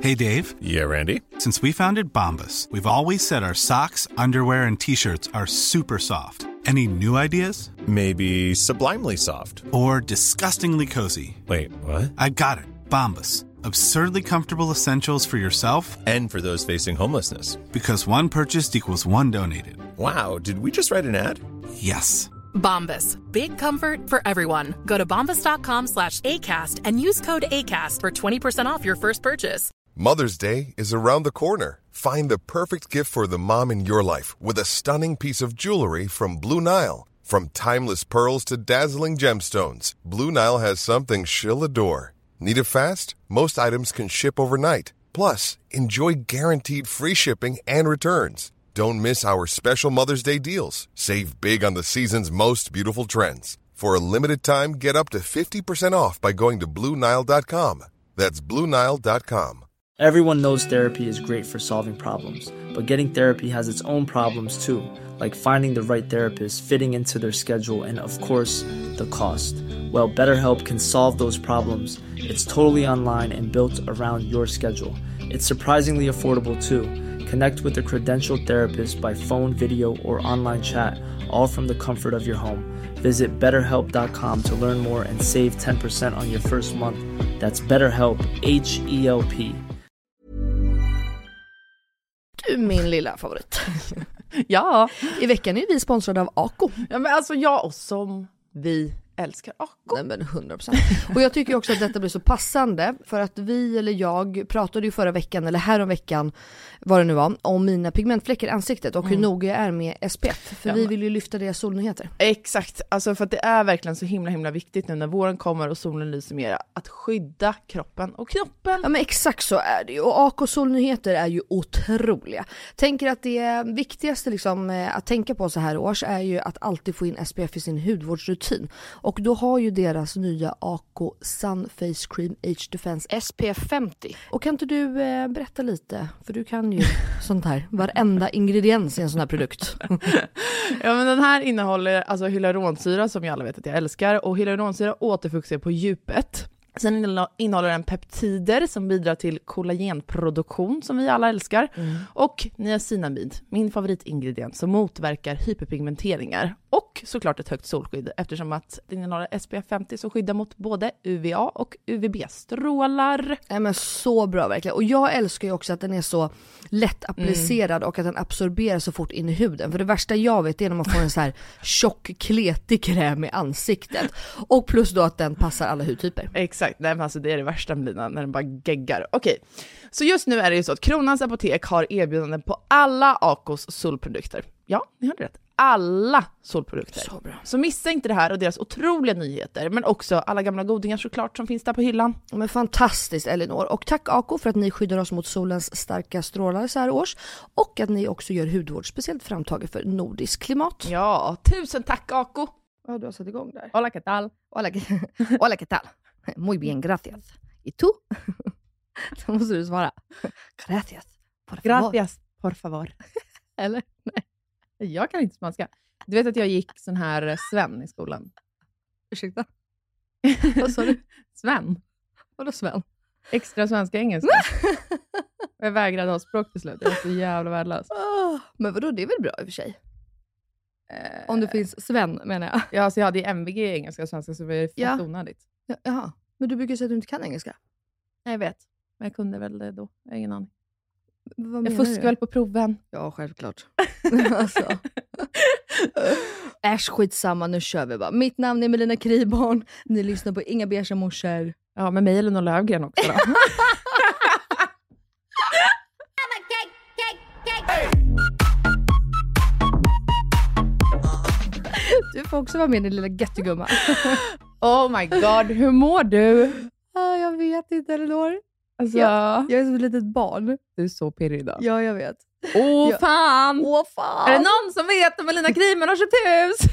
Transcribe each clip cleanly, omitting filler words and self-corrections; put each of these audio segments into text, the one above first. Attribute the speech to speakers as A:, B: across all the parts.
A: Hey, Dave.
B: Yeah, Randy.
A: Since we founded Bombas, we've always said our socks, underwear, and T-shirts are super soft. Any new ideas?
B: Maybe sublimely soft.
A: Or disgustingly cozy?
B: Wait, what?
A: I got it. Bombas. Absurdly comfortable essentials for yourself
B: And for those facing homelessness.
A: Because one purchased equals one donated.
B: Wow, did we just write an ad?
A: Yes.
C: Bombas. Big comfort for everyone. Go to bombas.com/ACAST and use code ACAST for 20% off your first purchase.
D: Mother's Day is around the corner. Find the perfect gift for the mom in your life with a stunning piece of jewelry from Blue Nile. From timeless pearls to dazzling gemstones, Blue Nile has something she'll adore. Need it fast? Most items can ship overnight. Plus, enjoy guaranteed free shipping and returns. Don't miss our special Mother's Day deals. Save big on the season's most beautiful trends. For a limited time, get up to 50% off by going to BlueNile.com. That's BlueNile.com.
E: Everyone knows therapy is great for solving problems, but getting therapy has its own problems too, like finding the right therapist, fitting into their schedule, and of course, the cost. Well, BetterHelp can solve those problems. It's totally online and built around your schedule. It's surprisingly affordable too. Connect with a credentialed therapist by phone, video, or online chat, all from the comfort of your home. Visit BetterHelp.com to learn more and save 10% on your first month. That's BetterHelp, H-E-L-P.
F: Du, min lilla favorit.
G: Ja.
F: I veckan är vi sponsrade av Ako.
G: Ja, men alltså jag och som vi älskar Ako.
F: Nej, men 100%. Och jag tycker också att detta blir så passande för att vi, eller jag, pratade ju förra veckan eller häromveckan, vad det nu var, om mina pigmentfläckar i ansiktet och hur noga jag är med SPF. För vi vill ju lyfta deras solnyheter.
G: Exakt, alltså för att det är verkligen så himla viktigt nu när våren kommer och solen lyser mer att skydda kroppen och knoppen.
F: Ja, men exakt så är det ju. Och AK solnyheter är ju otroliga. Tänker att det viktigaste liksom, att tänka på så här års är ju att alltid få in SPF i sin hudvårdsrutin. Och då har ju deras nya AK Sun Face Cream Age Defense SPF 50. Och kan inte du berätta lite? För du kan ju sånt här. Varenda ingrediens i en sån här produkt.
G: Ja, men den här innehåller alltså hyaluronsyra som jag alla vet att jag älskar. Och hyaluronsyra återfuktar på djupet. Sen innehåller den peptider som bidrar till kollagenproduktion som vi alla älskar. Och niacinamid, min favoritingrediens som motverkar hyperpigmenteringar. Och såklart ett högt solskydd eftersom att den innehåller SPF 50 som skyddar mot både UVA och UVB-strålar.
F: Nej, men så bra verkligen. Och jag älskar ju också att den är så lätt applicerad och att den absorberar så fort in i huden. För det värsta jag vet är när man får en så här tjock, kletig kräm i ansiktet. Och plus då att den passar alla hudtyper.
G: Exakt, nej, men alltså det är det värsta med när den bara geggar. Okej, så just nu är det ju så att Kronans Apotek har erbjudanden på alla Akos solprodukter. Ja, ni hörde rätt. Alla solprodukter.
F: Så bra.
G: Så missa inte det här och deras otroliga nyheter. Men också alla gamla godingar såklart som finns där på hyllan.
F: Men fantastiskt, Elinor. Och tack Ako för att ni skyddar oss mot solens starka strålar så här års. Och att ni också gör hudvård speciellt framtaget för nordisk klimat.
G: Ja, tusen tack Ako.
F: Ja, du har satt igång där.
G: Hola, ¿qué tal?
F: Hola, ¿qué tal? Muy bien, gracias. ¿Y tú? Så måste du svara. Gracias. Por favor.
G: Gracias, por favor.
F: Eller? Nej.
G: Jag kan inte spanska. Du vet att jag gick sån här Sven i skolan.
F: Ursäkta? Vad sa du?
G: Sven.
F: Vadå Sven?
G: Extra svenska engelska. Jag vägrade ha språk till slut. Jag var så jävla värdelös.
F: Men vadå, det är väl bra i och för sig? Om det finns Sven, menar jag.
G: Ja, så jag hade MVG i engelska och svenska så det var fett onödigt.
F: Ja, jaha. Men du brukar säga att du inte kan engelska.
G: Nej, jag vet. Men jag kunde väl det då. Jag har ingen aning.
F: Jag
G: fuskar väl på proven.
F: Ja, självklart. Alltså. Äsch, skitsamma, nu kör vi bara. Mitt namn är Melina Kriborn. Ni lyssnar på Inga Beiga morsor.
G: Ja, med mig Elinor Löfgren också då.
F: Du får också vara med, din lilla göttegumma.
G: Oh my god, hur mår du?
F: Jag vet inte, Elinor.
G: Alltså,
F: jag är som ett litet barn.
G: Du är så pirrig idag.
F: Ja, jag vet.
G: Fan!
F: Åh fan!
G: Är det någon som vet om Melina Kriborn har köpt hus?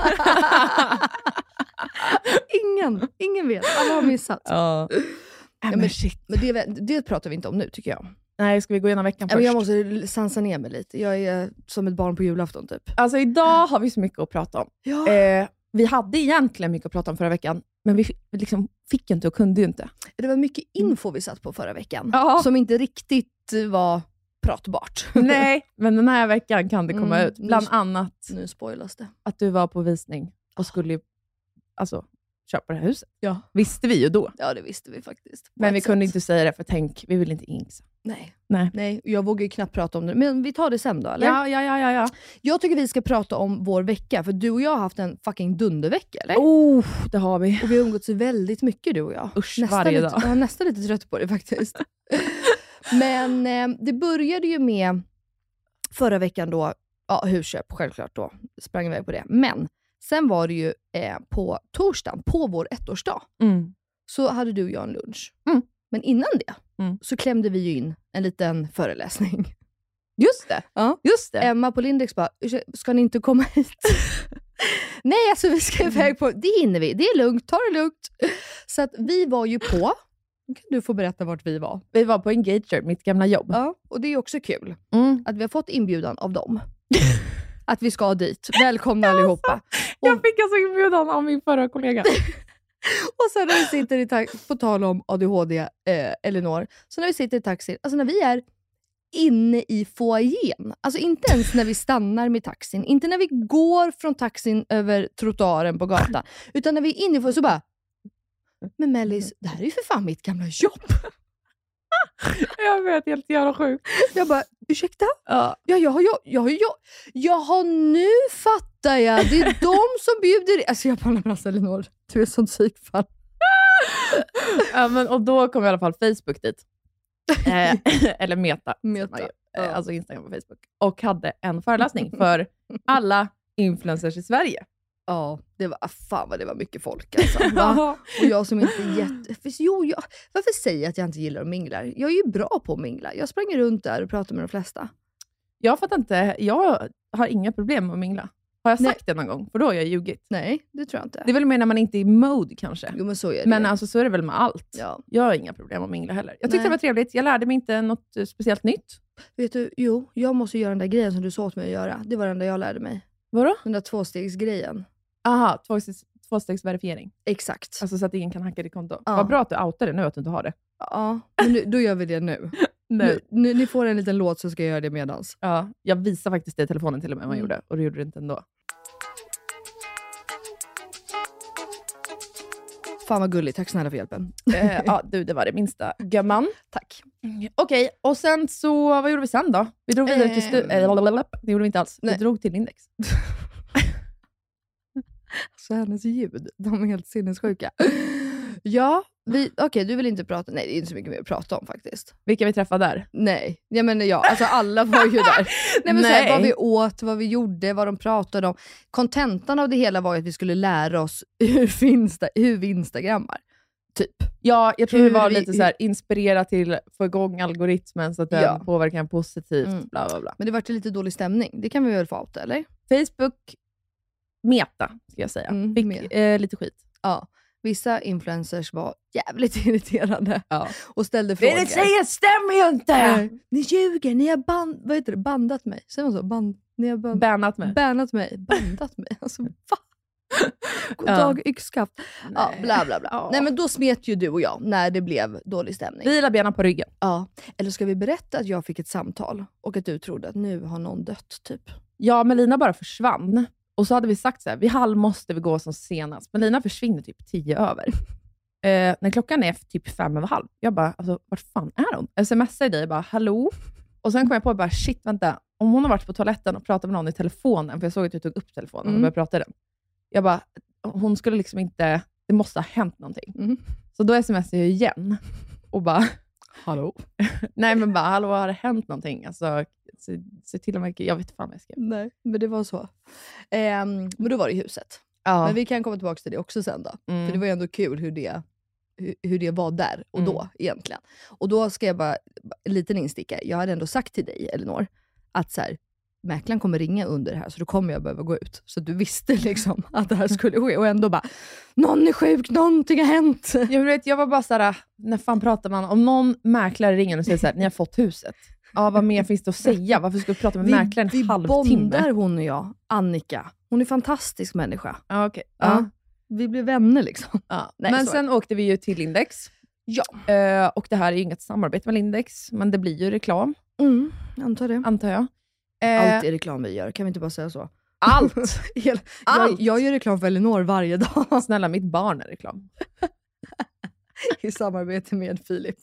F: Ingen vet. Alla har missat.
G: Ja.
F: Men shit. Men det pratar vi inte om nu, tycker jag.
G: Nej, ska vi gå igenom veckan först?
F: Men jag måste sansa ner mig lite. Jag är som ett barn på julafton typ.
G: Alltså idag har vi så mycket att prata om.
F: Ja.
G: Vi hade egentligen mycket att prata om förra veckan. Men vi liksom fick inte och kunde ju inte.
F: Det var mycket info vi satt på förra veckan.
G: Ja.
F: Som inte riktigt var pratbart.
G: Nej, men den här veckan kan det komma ut. Bland annat
F: Nu spoilas det.
G: att du var på visning och skulle alltså köpa det här huset.
F: Ja.
G: Visste vi ju då.
F: Ja, det visste vi faktiskt.
G: Men vi kunde inte säga det för tänk, vi vill inte insa.
F: Nej, jag vågar ju knappt prata om det. Men vi tar det sen då, eller?
G: Ja.
F: Jag tycker vi ska prata om vår vecka. För du och jag har haft en fucking dundervecka, eller?
G: Det har vi.
F: Och vi har umgåtts väldigt mycket, du och jag.
G: Usch, varje dag.
F: Jag är nästan lite trött på det faktiskt. Men det började ju med förra veckan då, husköp självklart då. Sprang iväg på det. Men sen var det ju på torsdagen, på vår 1-årsdag. Så hade du och jag en lunch. Men innan det så klämde vi ju in en liten föreläsning.
G: Just det.
F: Ja.
G: Just det.
F: Emma på Lindex bara, ska ni inte komma hit? Nej, alltså vi ska iväg på, det hinner vi. Det är lugnt, ta det lugnt. Så att vi var ju på, kan du få berätta vart vi var?
G: Vi var på Engager, mitt gamla jobb.
F: Ja, och det är också kul att vi har fått inbjudan av dem. Att vi ska dit. Välkomna allihopa.
G: Jag fick alltså inbjudan av min förra kollega.
F: Och sen när vi sitter i taxi, på tal om ADHD, Elinor. Så när vi sitter i taxin, alltså när vi är inne i foajén. Alltså inte ens när vi stannar med taxin. Inte när vi går från taxin över trottoaren på gatan. Utan när vi är inne i foajén så bara, men Mellis, det här är ju för fan mitt gamla jobb.
G: Jag vet, helt jävla sjukt.
F: Jag bara, ursäkta? Ja, nu fattar jag. Det är de som bjuder. Alltså jag bara, alltså Elinor, du är sån psykfall.
G: Ja, men, och då kom i alla fall Facebook dit. Eller Meta. Alltså Instagram och Facebook. Och hade en föreläsning för alla influencers i Sverige.
F: Ja, det var fan vad det var mycket folk alltså. Va? Och jag som inte varför säger jag att jag inte gillar att mingla? Jag är ju bra på att mingla. Jag sprang runt där och pratade med de flesta.
G: Jag fattar inte, jag har inga problem med att mingla. Har jag sagt det någon gång? För då har jag ljugit.
F: Nej, det tror jag inte.
G: Det är väl mer när man inte är i mode kanske.
F: Jo, men så är det.
G: Men alltså så är det väl med allt.
F: Ja.
G: Jag har inga problem med att mingla heller. Jag tyckte det var trevligt. Jag lärde mig inte något speciellt nytt.
F: Vet du, jag måste göra den där grejen som du sa åt mig att göra. Det var den där jag lärde mig.
G: Vadå?
F: Den där 2-stegsgrejen.
G: Aha, tvåstegsverifiering.
F: Exakt.
G: Alltså så att ingen kan hacka ditt konto.
F: Ja.
G: Vad bra att du outade nu att du inte har det.
F: Ja, men då gör vi det nu. Nu, ni får en liten låt så ska jag göra det medans.
G: Ja, jag visar faktiskt det i telefonen till och med vad jag gjorde. Och det gjorde det inte ändå.
F: Fan vad gulligt, tack snälla för hjälpen.
G: Ja, det var det minsta. Gumman.
F: Tack.
G: Okej, och sen så, vad gjorde vi sen då? Vi drog vidare till det gjorde vi inte alls. Vi drog till Index.
F: Så hennes ljud, de är helt sinnessjuka. Ja, okej, du vill inte prata. Nej, det är inte så mycket mer att prata om faktiskt.
G: Vilka vi träffade där?
F: Nej, jag menar alltså alla var ju där. Nej, men så här, vad vi åt, vad vi gjorde, vad de pratade om. Kontentan av det hela var att vi skulle lära oss hur vi instagrammar. Typ.
G: Ja, jag tror det var lite så här inspirera till få igång algoritmen så att den påverkar en positivt. Bla bla bla.
F: Men det var lite dålig stämning. Det kan vi väl få out, eller?
G: Facebook Meta, ska jag säga. Fick lite skit.
F: Ja. Vissa influencers var jävligt irriterade och ställde frågor.
G: Det ni säger stämmer ju inte!
F: Ni ljuger, ni har bandat mig. Säger man så? Ni har
G: bannat mig.
F: Bandat mig. Alltså, va? God dag, yxskaft. Ja, bla bla bla. Ja. Nej, men då smet ju du och jag när det blev dålig stämning.
G: Vila benen på ryggen.
F: Ja. Eller ska vi berätta att jag fick ett samtal och att du trodde att nu har någon dött, typ?
G: Ja, Melina bara försvann. Och så hade vi sagt så här, vid 1:30 måste vi gå som senast. Melina försvinner typ 10 över. När klockan är typ 5:15. Jag bara, alltså vart fan är hon? Smsar dig bara, hallå? Och sen kom jag på bara, shit vänta. Om hon har varit på toaletten och pratat med någon i telefonen. För jag såg att du tog upp telefonen och började prata i den. Jag bara, hon skulle liksom inte, det måste ha hänt någonting. Så då smsar jag igen. Och bara, hallå? Nej men bara, hallå, har det hänt någonting? Alltså, så till och med, jag vet fan vad jag skrev.
F: Nej, men det var så. Men då var det i huset.
G: Ja.
F: Men vi kan komma tillbaka till det också sen då. För det var ju ändå kul hur det var där och då egentligen. Och då ska jag bara, en liten insticka. Jag hade ändå sagt till dig, Elinor, att så här, mäklaren kommer ringa under det här så då kommer jag behöva gå ut. Så du visste liksom att det här skulle ske. Och ändå bara, någon är sjuk, någonting har hänt.
G: Jag var bara såhär, när fan pratar man? Om någon mäklare ringer och säger såhär, ni har fått huset. Ja, vad mer finns det att säga? Varför ska vi prata med mäklaren en halvtimme?
F: Vi bondar hon och jag, Annika. Hon är en fantastisk människa.
G: Ja, okej.
F: Ja. vi blev vänner liksom.
G: Ja.
F: Nej,
G: Men
F: så.
G: sen åkte vi ju till Lindex.
F: Ja.
G: Och det här är ju inget samarbete med Lindex, men det blir ju reklam,
F: Antar det.
G: antar jag.
F: Allt är reklam vi gör, kan vi inte bara säga så?
G: Allt!
F: Allt. Jag gör reklam för Elinor varje dag.
G: Snälla, mitt barn är reklam.
F: I samarbete med Filip.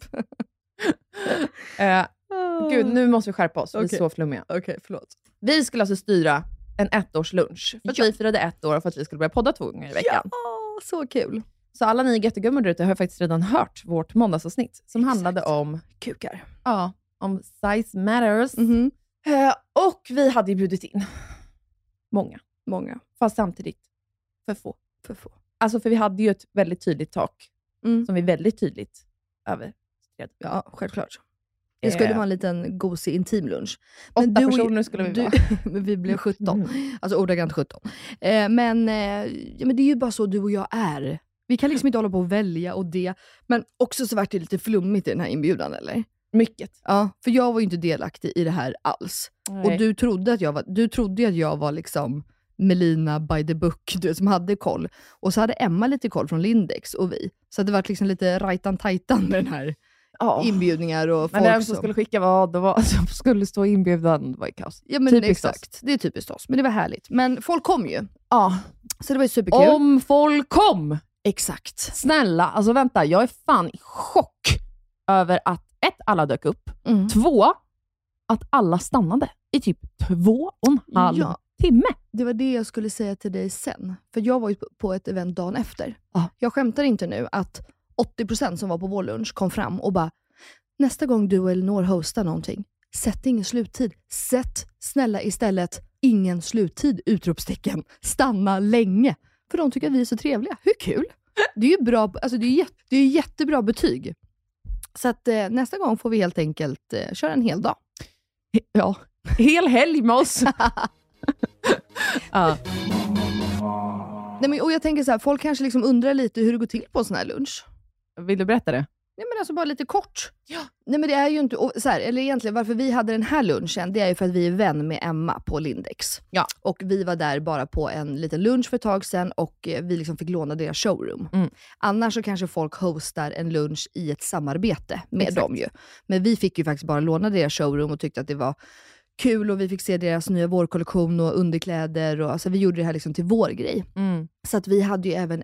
G: Gud, nu måste vi skärpa oss. Vi är
F: Okej.
G: så flummiga.
F: Okej, förlåt.
G: Vi skulle alltså styra en 1-årslunch. För att vi firade 1 år och för att vi skulle börja podda 2 gånger i veckan.
F: Ja, så kul.
G: Så alla ni göttegummor där ute har faktiskt redan hört vårt måndagsavsnitt. Som handlade om
F: Kukar.
G: Ja, om size matters.
F: Mhm.
G: Och vi hade ju bjudit in många. Fast samtidigt för få. Alltså för vi hade ju ett väldigt tydligt tak. Som vi väldigt tydligt överskred.
F: Ja, självklart. Det skulle vara en liten gosig intim lunch.
G: 8 personer skulle vi vara.
F: Men vi blev 17. Alltså ordagrant 17. Men det är ju bara så du och jag är. Vi kan liksom inte hålla på och välja och det. Men också så vart det lite flummigt i den här inbjudan, eller?
G: Mycket.
F: Ja, för jag var ju inte delaktig i det här alls.
G: Nej.
F: Och du trodde att jag var liksom Melina by the book, du vet, som hade koll. Och så hade Emma lite koll från Lindex och vi. Så det var liksom lite rajtan-tajtan med den här inbjudningar och folk.
G: Men vem som skulle skicka vad och vad som skulle stå inbjudan, det var i kaos.
F: Ja, men
G: typiskt
F: exakt.
G: oss.
F: Det är typiskt oss. Men det var härligt. Men folk kom ju.
G: Ja.
F: Så det var ju superkul.
G: Om folk kom!
F: Exakt.
G: Snälla, alltså vänta, jag är fan i chock över att 1, alla dök upp. 2, att alla stannade i typ 2,5 timme.
F: Det var det jag skulle säga till dig sen. För jag var ju på ett event dagen efter. Jag skämtar inte nu att 80% som var på vår lunch kom fram och bara, nästa gång du och Elinor hostar någonting, sätt ingen sluttid. Sätt snälla istället ingen sluttid, utropstecken. Stanna länge. För de tycker att vi är så trevliga. Hur kul? Det är ju bra, alltså det är jättebra betyg. Så att nästa gång får vi helt enkelt köra en hel dag.
G: Ja, hel helg med oss. Ja.
F: Nej, men, och jag tänker så här, folk kanske liksom undrar lite hur det går till på en sån här lunch.
G: Vill du berätta det?
F: Nej, men alltså bara lite kort. Ja. Nej, men det är ju inte, så här, eller egentligen varför vi hade den här lunchen, det är ju för att vi är vän med Emma på Lindex. Ja. Och vi var där bara på en liten lunch för ett tag sedan och vi liksom fick låna deras showroom. Annars så kanske folk hostar en lunch i ett samarbete med dem ju. Men vi fick ju faktiskt bara låna deras showroom och tyckte att det var kul och vi fick se deras nya vårkollektion och underkläder och alltså vi gjorde det här liksom till vår grej. Så att vi hade ju även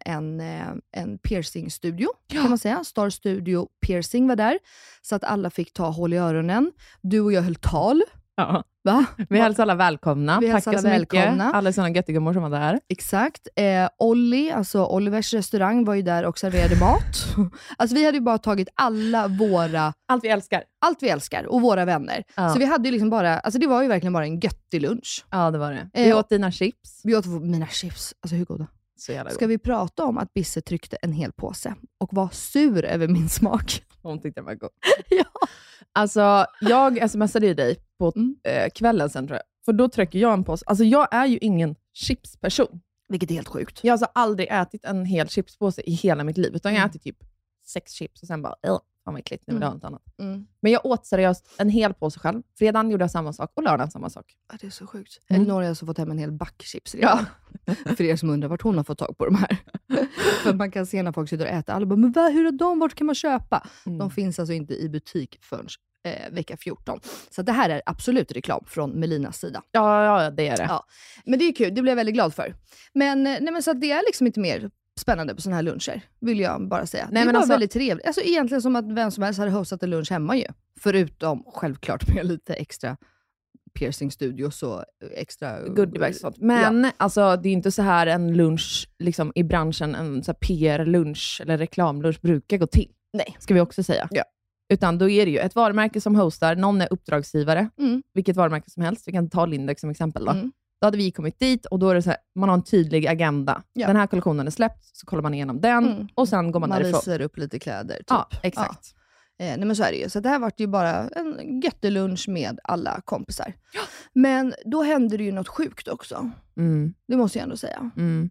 F: en piercing-studio kan man säga. Star Studio Piercing var där. Så att alla fick ta hål i öronen. Du och jag höll tal.
G: Ja.
F: Va?
G: Vi hälsar alla välkomna. Tack så mycket. Alla sådana göttegummor som var där.
F: Exakt. Olli, alltså Olivers restaurang var ju där och serverade mat. Alltså vi hade ju bara tagit alla våra...
G: Allt vi älskar
F: och våra vänner.
G: Ja.
F: Så vi hade ju liksom bara, alltså det var ju verkligen bara en göttig lunch.
G: Ja, det var det. Vi åt dina chips.
F: Vi åt mina chips. Alltså hur goda?
G: Så jävla god.
F: Ska vi prata om att Bisse tryckte en hel påse och var sur över min smak?
G: Hon tyckte det var god.
F: Ja.
G: Alltså, jag smsade ju dig på kvällen sen tror jag. För då trycker jag en påse. Alltså jag är ju ingen chipsperson.
F: Vilket är helt sjukt.
G: Jag har alltså aldrig ätit en hel chipspåse i hela mitt liv. Utan jag har ätit typ 6 chips och sen bara, fan vad äckligt, nu vill jag ha något annat. Men jag åt seriöst en hel påse själv. Fredagen gjorde jag samma sak och lördagen samma sak.
F: Ja, det är så sjukt. Elinor har alltså fått hem en hel back chips redan. För er som undrar vart hon har fått tag på de här. För man kan se när folk sitter och äter. Alla bara, men hur är de? Vart kan man köpa? De finns alltså inte i butik förrän vecka 14. Så det här är absolut reklam från Melinas sida.
G: Ja, det är det.
F: Ja. Men det är kul, det blir jag väldigt glad för. Men så att det är liksom inte mer spännande på såna här luncher, vill jag bara säga. Det är bara väldigt trevligt. Alltså egentligen som att vem som helst hade hostat en lunch hemma ju. Förutom självklart med lite extra piercing-studios och extra
G: goodiebags. Men alltså, det är inte så här en lunch liksom, i branschen, en så här PR-lunch eller reklamlunch brukar gå till.
F: Nej.
G: Ska vi också säga.
F: Ja.
G: Utan då är det ju ett varumärke som hostar, någon är uppdragsgivare, vilket varumärke som helst. Vi kan ta Lindex som exempel då. Då hade vi kommit dit och då är det så här, man har en tydlig agenda. Ja. Den här kollektionen är släppt, så kollar man igenom den och sen går man därifrån.
F: Man visar upp lite kläder. Typ.
G: Ja, exakt.
F: Ja. Nej, men så är det ju. Så det här var ju bara en jättelunch med alla kompisar. Ja. Men då hände det ju något sjukt också. Det måste jag ändå säga.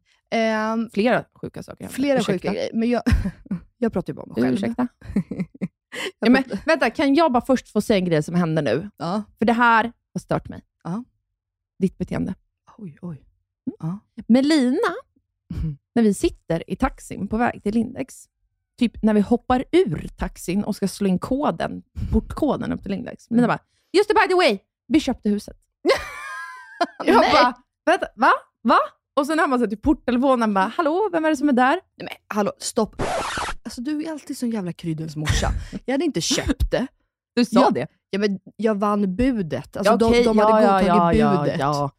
G: Flera sjuka saker.
F: Flera sjuka grejer. Men jag pratar ju bara om mig själv.
G: Ursäkta. Ja, men, vänta, kan jag bara först få säga en grej som händer nu?
F: Ja.
G: För det här har stört mig.
F: Ja.
G: Ditt beteende.
F: Oj.
G: Ja. Melina när vi sitter i taxin på väg till Lindex, typ när vi hoppar ur taxin och ska slå in portkoden upp till Lindex. Melina bara, just det, by the way, vi köpte huset. Jag bara, vänta, va? Och sen har man sett i porttelefonen bara, hallå, vem är det som är där?
F: Nej men hallå, stopp. Alltså du är alltid sån jävla kryddens morsa. Jag hade inte köpt det.
G: Du sa det.
F: Ja men jag vann budet. Alltså
G: Okej,
F: de hade godtagit budet.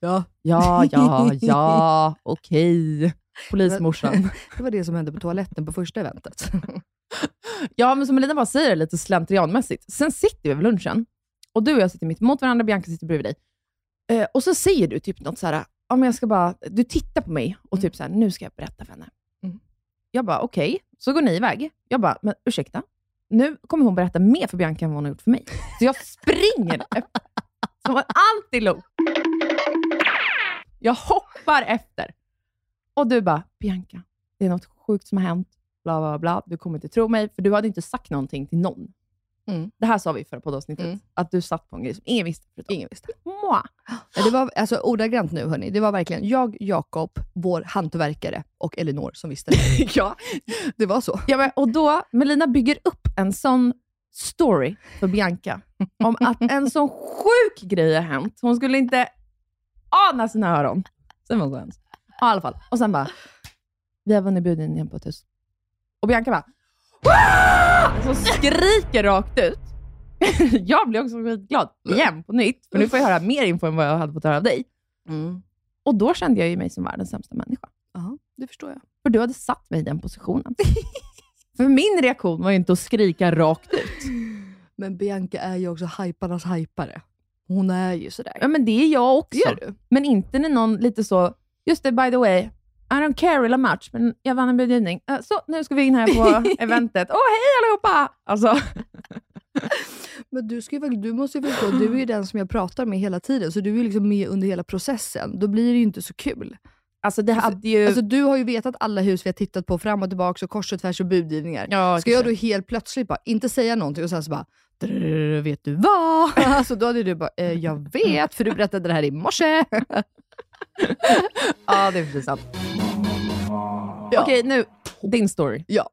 G: Ja, okej. Polismorsan.
F: Det var det som hände på toaletten på första eventet.
G: Ja, men som Melina bara säger, lite slentrianmässigt. Sen sitter vi vid lunchen. Och du och jag sitter mitt emot varandra, Bianca sitter bredvid dig. Och så säger du typ något så här, ja, men jag ska bara, du tittar på mig och typ så här, nu ska jag berätta för henne. Jag bara, okej. Så går ni iväg. Jag bara, men ursäkta. Nu kommer hon berätta mer för Bianca än vad hon har gjort för mig. Så jag springer efter. Som en antilop. Jag hoppar efter. Och du bara, Bianca, det är något sjukt som har hänt. Bla bla bla. Du kommer inte tro mig, för du hade inte sagt någonting till någon. Det här sa vi förra poddavsnittet. Att du satt på en grej som ingen visste.
F: Ingen visste. Ja, det var alltså ordagrant nu, hörni. Det var verkligen jag, Jakob, vår hantverkare och Elinor som visste det.
G: Ja,
F: det var så.
G: Ja, men, och då, Melina bygger upp en sån story för Bianca. Om att en sån sjuk grej har hänt. Hon skulle inte ana sina öron. Sen var hon ens. Ja, i alla fall. Och sen bara, vi har vunnit budgivningen på ett hus. Och Bianca bara, så skriker rakt ut. Jag blir också glad igen på nytt. För nu får jag höra mer info än vad jag hade fått höra av dig. Och då kände jag ju mig som världens sämsta människa.
F: Ja, det förstår jag.
G: För du hade satt mig i den positionen. För min reaktion var ju inte att skrika rakt ut.
F: Men Bianca är ju också hyparnas hypare. Hon är ju sådär.
G: Ja, men det är jag också.
F: Det är du.
G: Men inte när någon lite så, just det, by the way, I don't care illa much, men jag vann en budgivning. Så, nu ska vi in här på eventet. Hej allihopa! Alltså.
F: Men du måste ju förstå, du är ju den som jag pratar med hela tiden. Så du är liksom med under hela processen. Då blir det ju inte så kul.
G: Alltså det hade ju...
F: Alltså du har ju vetat alla hus vi har tittat på fram och tillbaka och kors och tvärs och budgivningar.
G: Ja,
F: ska jag då helt plötsligt bara inte säga någonting och sen så bara, vet du vad? Alltså då hade du bara, jag vet, för du berättade det här i morse.
G: Ja, det är precis sant. Ja. Okej, nu, din story.
F: Ja.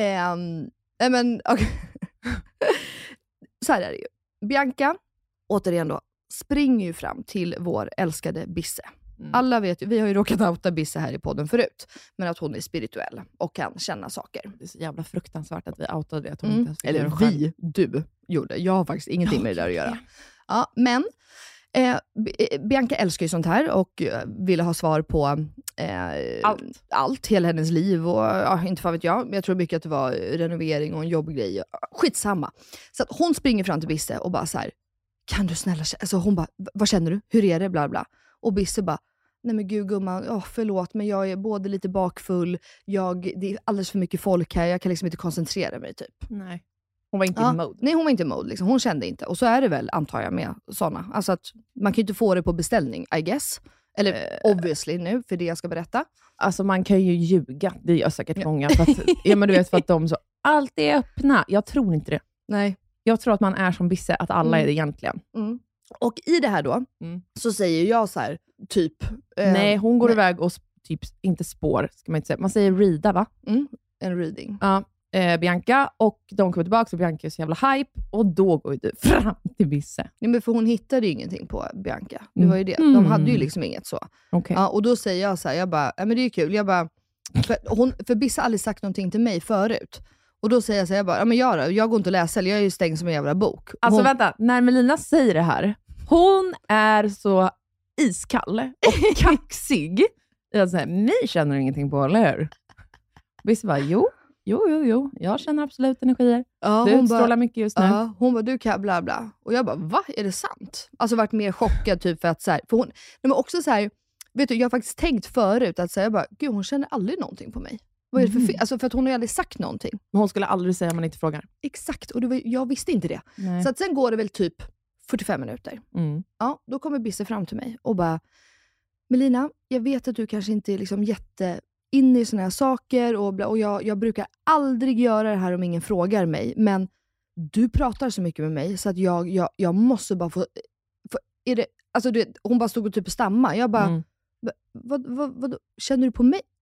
F: Men okay. Så här är det ju. Bianca, återigen då, springer ju fram till vår älskade Bisse. Alla vet ju, vi har ju råkat outa Bisse här i podden förut, men att hon är spirituell och kan känna saker.
G: Det är så jävla fruktansvärt att vi outade det. Att hon inte
F: eller du gjorde. Jag har faktiskt ingenting med det där att göra. Ja, men Bianca älskar ju sånt här och ville ha svar på allt, hela hennes liv och inte fan vet jag tror mycket att det var renovering och en jobbgrej. Skitsamma. Så att hon springer fram till Bisse och bara så här, kan du snälla, alltså hon bara, vad känner du? Hur är det? Bla bla. Och Bisse bara, nej men gud gumman, förlåt men jag är både lite bakfull, det är alldeles för mycket folk här, jag kan liksom inte koncentrera mig typ.
G: Nej. Hon var inte i mode.
F: Nej, hon var inte i mode liksom. Hon kände inte. Och så är det väl, antar jag, med såna. Alltså att man kan ju inte få det på beställning, I guess. Eller obviously nu, för det jag ska berätta.
G: Alltså man kan ju ljuga. Det gör säkert många. För att, men du vet, för att de så, allt är öppna. Jag tror inte det.
F: Nej.
G: Jag tror att man är som Bisse, att alla är det egentligen.
F: Och i det här då, så säger jag så här, typ...
G: nej, hon går iväg och typ, inte spår, ska man inte säga. Man säger reada, va?
F: En reading.
G: Ja. Bianca, och de kommer tillbaka och Bianca är så jävla hype, och då går du fram till Bisse.
F: Nej, men för hon hittade ju ingenting på Bianca. Det var ju det. De hade ju liksom inget så.
G: Okay.
F: Ja, och då säger jag så här, jag bara, men det är ju kul. Jag bara, för Bisse har aldrig sagt någonting till mig förut. Och då säger jag så här, jag bara, men jag går inte att läsa, eller jag är ju stängd som en jävla bok.
G: Alltså vänta, när Melina säger det här, hon är så iskall och kaxig. Jag säger, mig känner ingenting på, eller hur? Bisse bara, Jo, jag känner absolut energier. Ja, du utstrålar mycket just nu.
F: Ja, hon bara, du kan bla bla. Och jag bara, va? Är det sant? Alltså varit mer chockad typ för att så här, för hon, men också så här, vet du, jag har faktiskt tänkt förut att säga, jag bara, gud hon känner aldrig någonting på mig. Vad är det för fel? Alltså för att hon har aldrig sagt någonting.
G: Men hon skulle aldrig säga om man inte frågar.
F: Exakt, och jag visste inte det.
G: Nej.
F: Så att sen går det väl typ 45 minuter. Ja, då kommer Bisse fram till mig och bara, Melina, jag vet att du kanske inte är liksom in i såna här saker och jag brukar aldrig göra det här om ingen frågar mig, men du pratar så mycket med mig så att jag måste bara få är det, alltså hon bara stod och typ stamma. Jag bara vad känner du på mig?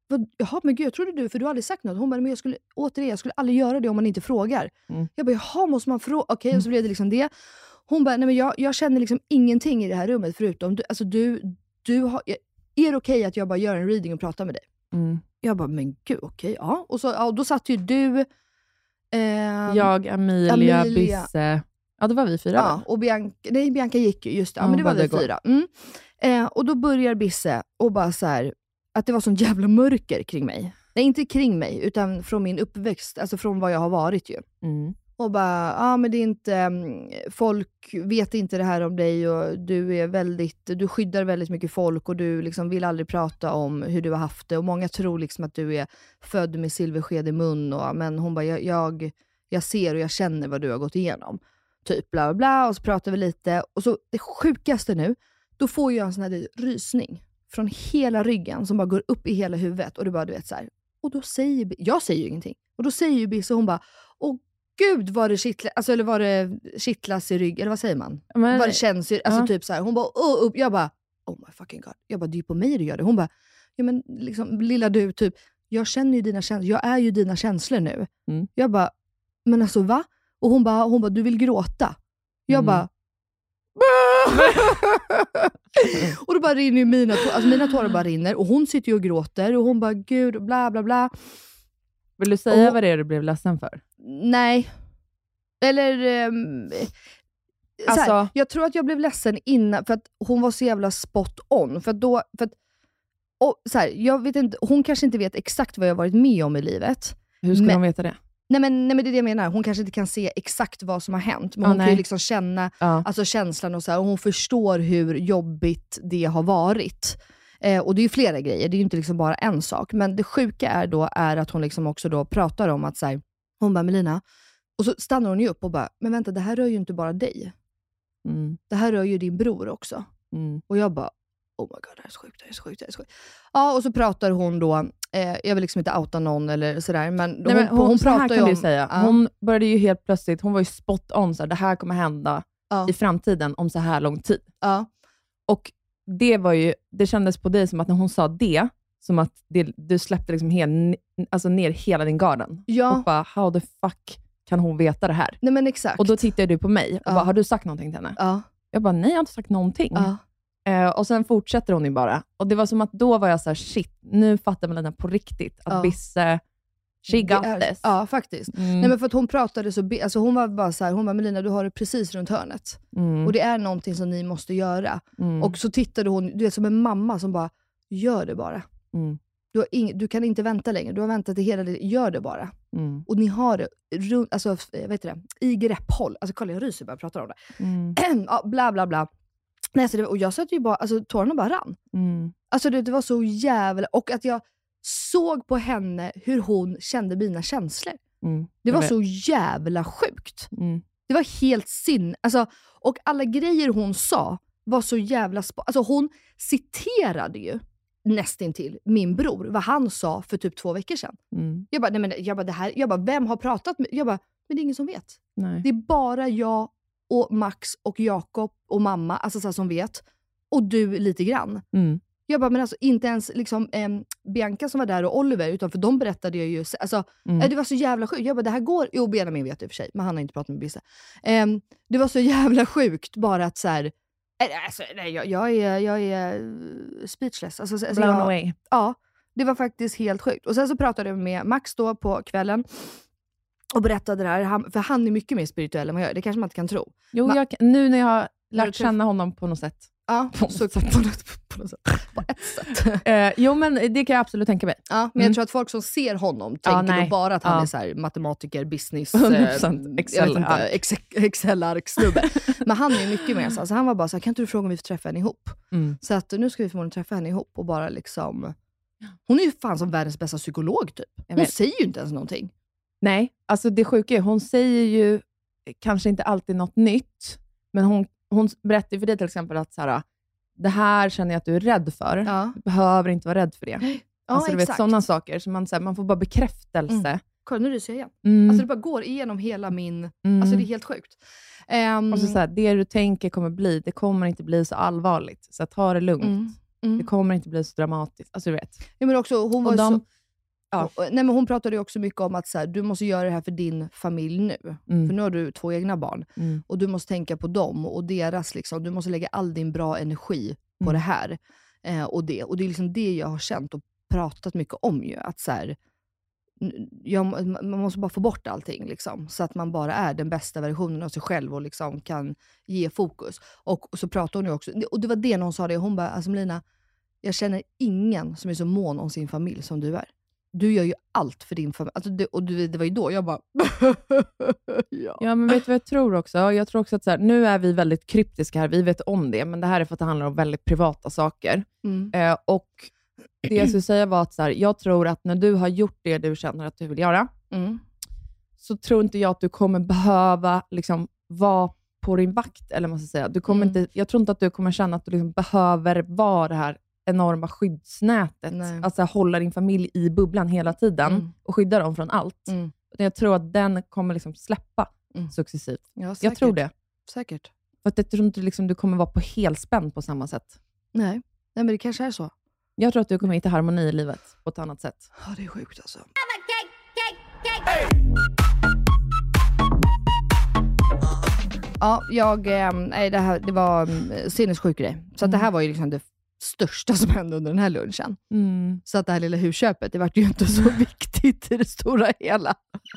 F: Jaha, men gud, jag trodde för du har aldrig sagt något. Hon bara, men jag skulle aldrig göra det om man inte frågar. Jag bara, jaha, måste man fråga? Okej, och så blev det liksom det. Hon bara, nej men jag känner liksom ingenting i det här rummet förutom du har, är det okej att jag bara gör en reading och pratar med dig? Jag bara, men gud, okej, ja. Och så, då satt ju du...
G: jag, Amelia, Bisse. Ja, det var vi 4.
F: Ja, och Bianca gick ju, just det. Ja, men det var vi 4. Och då börjar Bisse och bara så här, att det var sån jävla mörker kring mig. Nej, inte kring mig, utan från min uppväxt. Alltså från vad jag har varit ju. Och bara, men det är inte... Folk vet inte det här om dig och du skyddar väldigt mycket folk och du liksom vill aldrig prata om hur du har haft det. Och många tror liksom att du är född med silversked i mun. Men hon bara, jag ser och jag känner vad du har gått igenom. Typ bla bla bla. Och så pratar vi lite. Och så det sjukaste nu, då får jag en sån här rysning från hela ryggen som bara går upp i hela huvudet. Och du bara, du vet så här. Och då jag säger ju ingenting. Och då säger ju Bisse, hon bara, gud var det kittlas, alltså, eller var det kittlas i rygg, eller vad säger man? Var det känns ju, alltså typ så här. Hon bara, upp. Jag bara, oh my fucking god. Jag bara, det är på mig du gör det. Hon bara, ja men liksom, lilla du, typ, jag känner ju dina känslor, jag är ju dina känslor nu. Jag bara, men alltså va? Och hon bara, du vill gråta. Jag bara, och då bara rinner ju mina tårar bara rinner. Och hon sitter ju och gråter. Och hon bara, gud, bla bla bla.
G: Vill du säga vad det är du blev ledsen för?
F: Nej. Eller...
G: alltså...
F: här, jag tror att jag blev ledsen innan. För att hon var så jävla spot on. Så här, jag vet inte, hon kanske inte vet exakt vad jag har varit med om i livet.
G: Hur ska hon veta det?
F: Nej men det är det jag menar. Hon kanske inte kan se exakt vad som har hänt. Men hon kan ju liksom känna alltså känslan och så här. Och hon förstår hur jobbigt det har varit. Och det är ju flera grejer. Det är ju inte liksom bara en sak. Men det sjuka är att hon liksom också då pratar om att så här, hon bara, Melina. Och så stannar hon ju upp och bara, men vänta, det här rör ju inte bara dig. Det här rör ju din bror också. Och jag bara, oh my god, det är så sjukt. Ja, och så pratar hon då, jag vill liksom inte outa någon eller sådär, men hon pratar ju om... Säga.
G: Hon började ju helt plötsligt, hon var ju spot on, så här, det här kommer hända i framtiden om så här lång tid. Och det kändes på dig som att när hon sa det, som att du släppte liksom ner hela din garden. Och bara, how the fuck kan hon veta det här?
F: Nej men exakt.
G: Och då tittade du på mig och bara, har du sagt någonting till henne? Jag bara, nej jag har inte sagt någonting. Och sen fortsätter hon ju bara. Och det var som att då var jag så här, shit, nu fattar Melina på riktigt att Bisse, she got this.
F: Ja, faktiskt. Nej men för att hon pratade så, alltså hon var bara så här, hon bara, Melina, du har det precis runt hörnet. Och det är någonting som ni måste göra. Och så tittade hon, du vet, som en mamma som bara, gör det bara. Du kan inte vänta längre. Du har väntat i hela livet. Gör det bara. Och ni har det runt, alltså, vet du det, i grepphåll. Alltså kolla, jag ryser bara pratar om det. Bla bla bla. Nej, så och jag satt ju bara, alltså tårarna bara rann. Alltså det var så jävla, och att jag såg på henne hur hon kände mina känslor. Det var så jävla sjukt. Det var helt alltså, och alla grejer hon sa var så jävla alltså hon citerade ju nästintill min bror, vad han sa för typ 2 veckor sedan. Jag bara, nej men det här, vem har pratat med, men det är ingen som vet. Nej. Det är bara jag och Max och Jakob och mamma, alltså så här, som vet. Och du lite grann. Jag bara, men alltså inte ens liksom Bianca som var där och Oliver, utan för de berättade jag ju, alltså det var så jävla sjukt. Jag bara, det här går, jo Benjamin vet det i och för sig, men han har inte pratat med Bisse. Det var så jävla sjukt bara att så här, alltså, nej, jag är speechless. Alltså,
G: blown away.
F: Ja, det var faktiskt helt sjukt. Och sen så pratade jag med Max då på kvällen och berättade det här, för han är mycket mer spirituell än vad jag är. Det kanske man inte kan tro.
G: Jo, nu när jag har lärt känna honom på något sätt.
F: Ja, på ett sätt.
G: Jo, men det kan jag absolut tänka mig.
F: Ja, men jag tror att folk som ser honom tänker då bara att han är så här matematiker, business, Excel-ark-snubbe. Men han är mycket mer så. Alltså, han var bara så här, kan inte du fråga om vi får träffa henne ihop? Så att nu ska vi förmodligen träffa henne ihop och bara liksom... Hon är ju fan som världens bästa psykolog typ. Hon säger ju inte ens någonting.
G: Nej, alltså det sjuka är, hon säger ju kanske inte alltid något nytt, men hon berättar för dig till exempel att så här, det här känner jag att du är rädd för. Du behöver inte vara rädd för det. Alltså du vet sådana saker. Så man får bara bekräftelse.
F: Kolla, nu ryser jag igen. Alltså det bara går igenom hela min... Alltså det är helt sjukt.
G: Och så här, det du tänker kommer bli, det kommer inte bli så allvarligt. Så ta det lugnt. Det kommer inte bli så dramatiskt. Alltså du vet.
F: Ja, men också, hon var
G: de,
F: så... Ja. Nej, men hon pratade ju också mycket om att så här, du måste göra det här för din familj nu. För nu har du 2 egna barn. Och du måste tänka på dem och deras. Liksom, du måste lägga all din bra energi på det här. Och det är liksom det jag har känt och pratat mycket om ju. Att så här, man måste bara få bort allting. Liksom, så att man bara är den bästa versionen av sig själv och liksom kan ge fokus. Och så pratade hon ju också. Och det var det någon sa det. Hon bara, alltså Melina, jag känner ingen som är så mån om sin familj som du är. Du gör ju allt för din familj. Alltså det var ju då jag bara...
G: Ja, men vet du vad jag tror också? Jag tror också att så här, nu är vi väldigt kryptiska här. Vi vet om det. Men det här är för att det handlar om väldigt privata saker. Och det jag skulle säga var att så här, jag tror att när du har gjort det du känner att du vill göra. Så tror inte jag att du kommer behöva liksom vara på din vakt. Eller man ska säga. Du kommer inte, jag tror inte att du kommer känna att du liksom behöver vara det här enorma skyddsnätet. Alltså hålla din familj i bubblan hela tiden och skydda dem från allt. Jag tror att den kommer liksom släppa successivt.
F: Ja,
G: jag tror det.
F: Säkert.
G: För att jag tror inte liksom du kommer vara på helspänn på samma sätt.
F: Nej, men det kanske är så.
G: Jag tror att du kommer hitta harmoni i livet på ett annat sätt.
F: Ja, det är sjukt alltså. Ja, det var sinnessjuk grej. Så att det här var ju liksom det största som hände under den här lunchen. Så att det här lilla husköpet, det var ju inte så viktigt i det stora hela.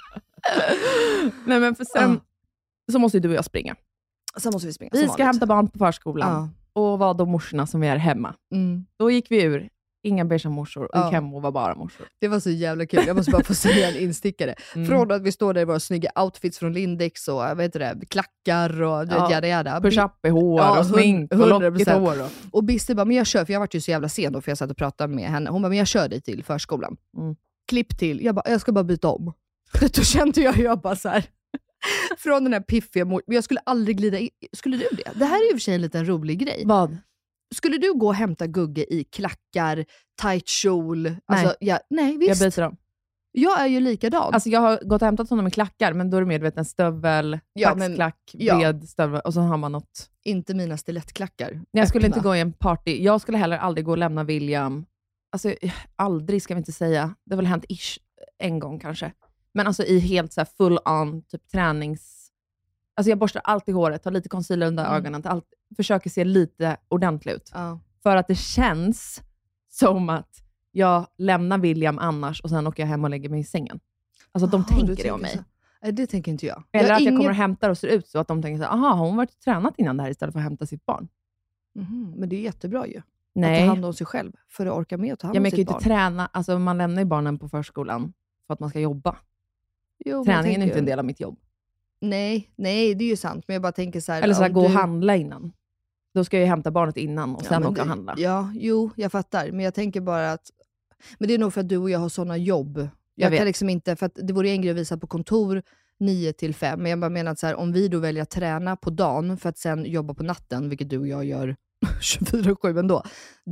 G: Nej, men för sen så måste du och jag springa.
F: Sen måste vi springa.
G: Vi ska hämta barn på förskolan. Och var de morsorna som vi är hemma. Då gick vi ur. Inga beiga morsor. Och Kemmo var bara morsor.
F: Det var så jävla kul. Jag måste bara få säga en instickare. Från att vi står där i våra snygga outfits från Lindex och klackar och jada.
G: Push-up i hår och smink och lockigt hår.
F: Och Bisse bara, men jag kör, för jag var ju så jävla sen då, för jag satt och pratade med henne. Hon bara, men jag kör dig till förskolan. Klipp till. Jag bara, jag ska bara byta om. Då kände jag bara så här. Från den här piffiga men jag skulle aldrig glida in. Skulle du det? Det här är ju för sig en liten rolig grej.
G: Vad?
F: Skulle du gå och hämta Gugge i klackar, tight kjol?
G: Nej.
F: Alltså, nej, visst.
G: Jag byter dem.
F: Jag är ju likadan.
G: Alltså jag har gått och hämtat honom i klackar, men då är det med en stövel, klack, bred stövel och så har man något.
F: Inte mina stilettklackar.
G: Jag skulle inte gå i en party. Jag skulle heller aldrig gå och lämna William. Alltså aldrig ska vi inte säga. Det har väl hänt en gång kanske. Men alltså i helt så här full on typ tränings. Alltså jag borstar alltid håret, tar lite concealer under ögonen, försöker se lite ordentligt ut. För att det känns som att jag lämnar William annars och sen åker jag hem och lägger mig i sängen. Alltså de tänker det om mig.
F: Det tänker inte jag.
G: Eller att jag kommer och hämtar och ser ut så att de tänker så här, aha, har hon varit tränat innan det här istället för att hämta sitt barn?
F: Men det är jättebra ju.
G: Nej.
F: Att ta hand om sig själv för att orka med att ta hand om sitt barn.
G: Jag kan ju inte träna, alltså man lämnar ju barnen på förskolan för att man ska jobba. Träningen är inte en del av mitt jobb.
F: Nej, det är ju sant. Men jag bara tänker så här.
G: Eller så här, gå och handla innan. Då ska jag ju hämta barnet innan och sen åka och handla.
F: Jag fattar. Men jag tänker bara att... Men det är nog för att du och jag har sådana jobb. Jag kan liksom inte... För att det vore en grej att visa på kontor 9-5. Men jag bara menar att så här, om vi då väljer att träna på dagen för att sen jobba på natten, vilket du och jag gör 24/7 ändå.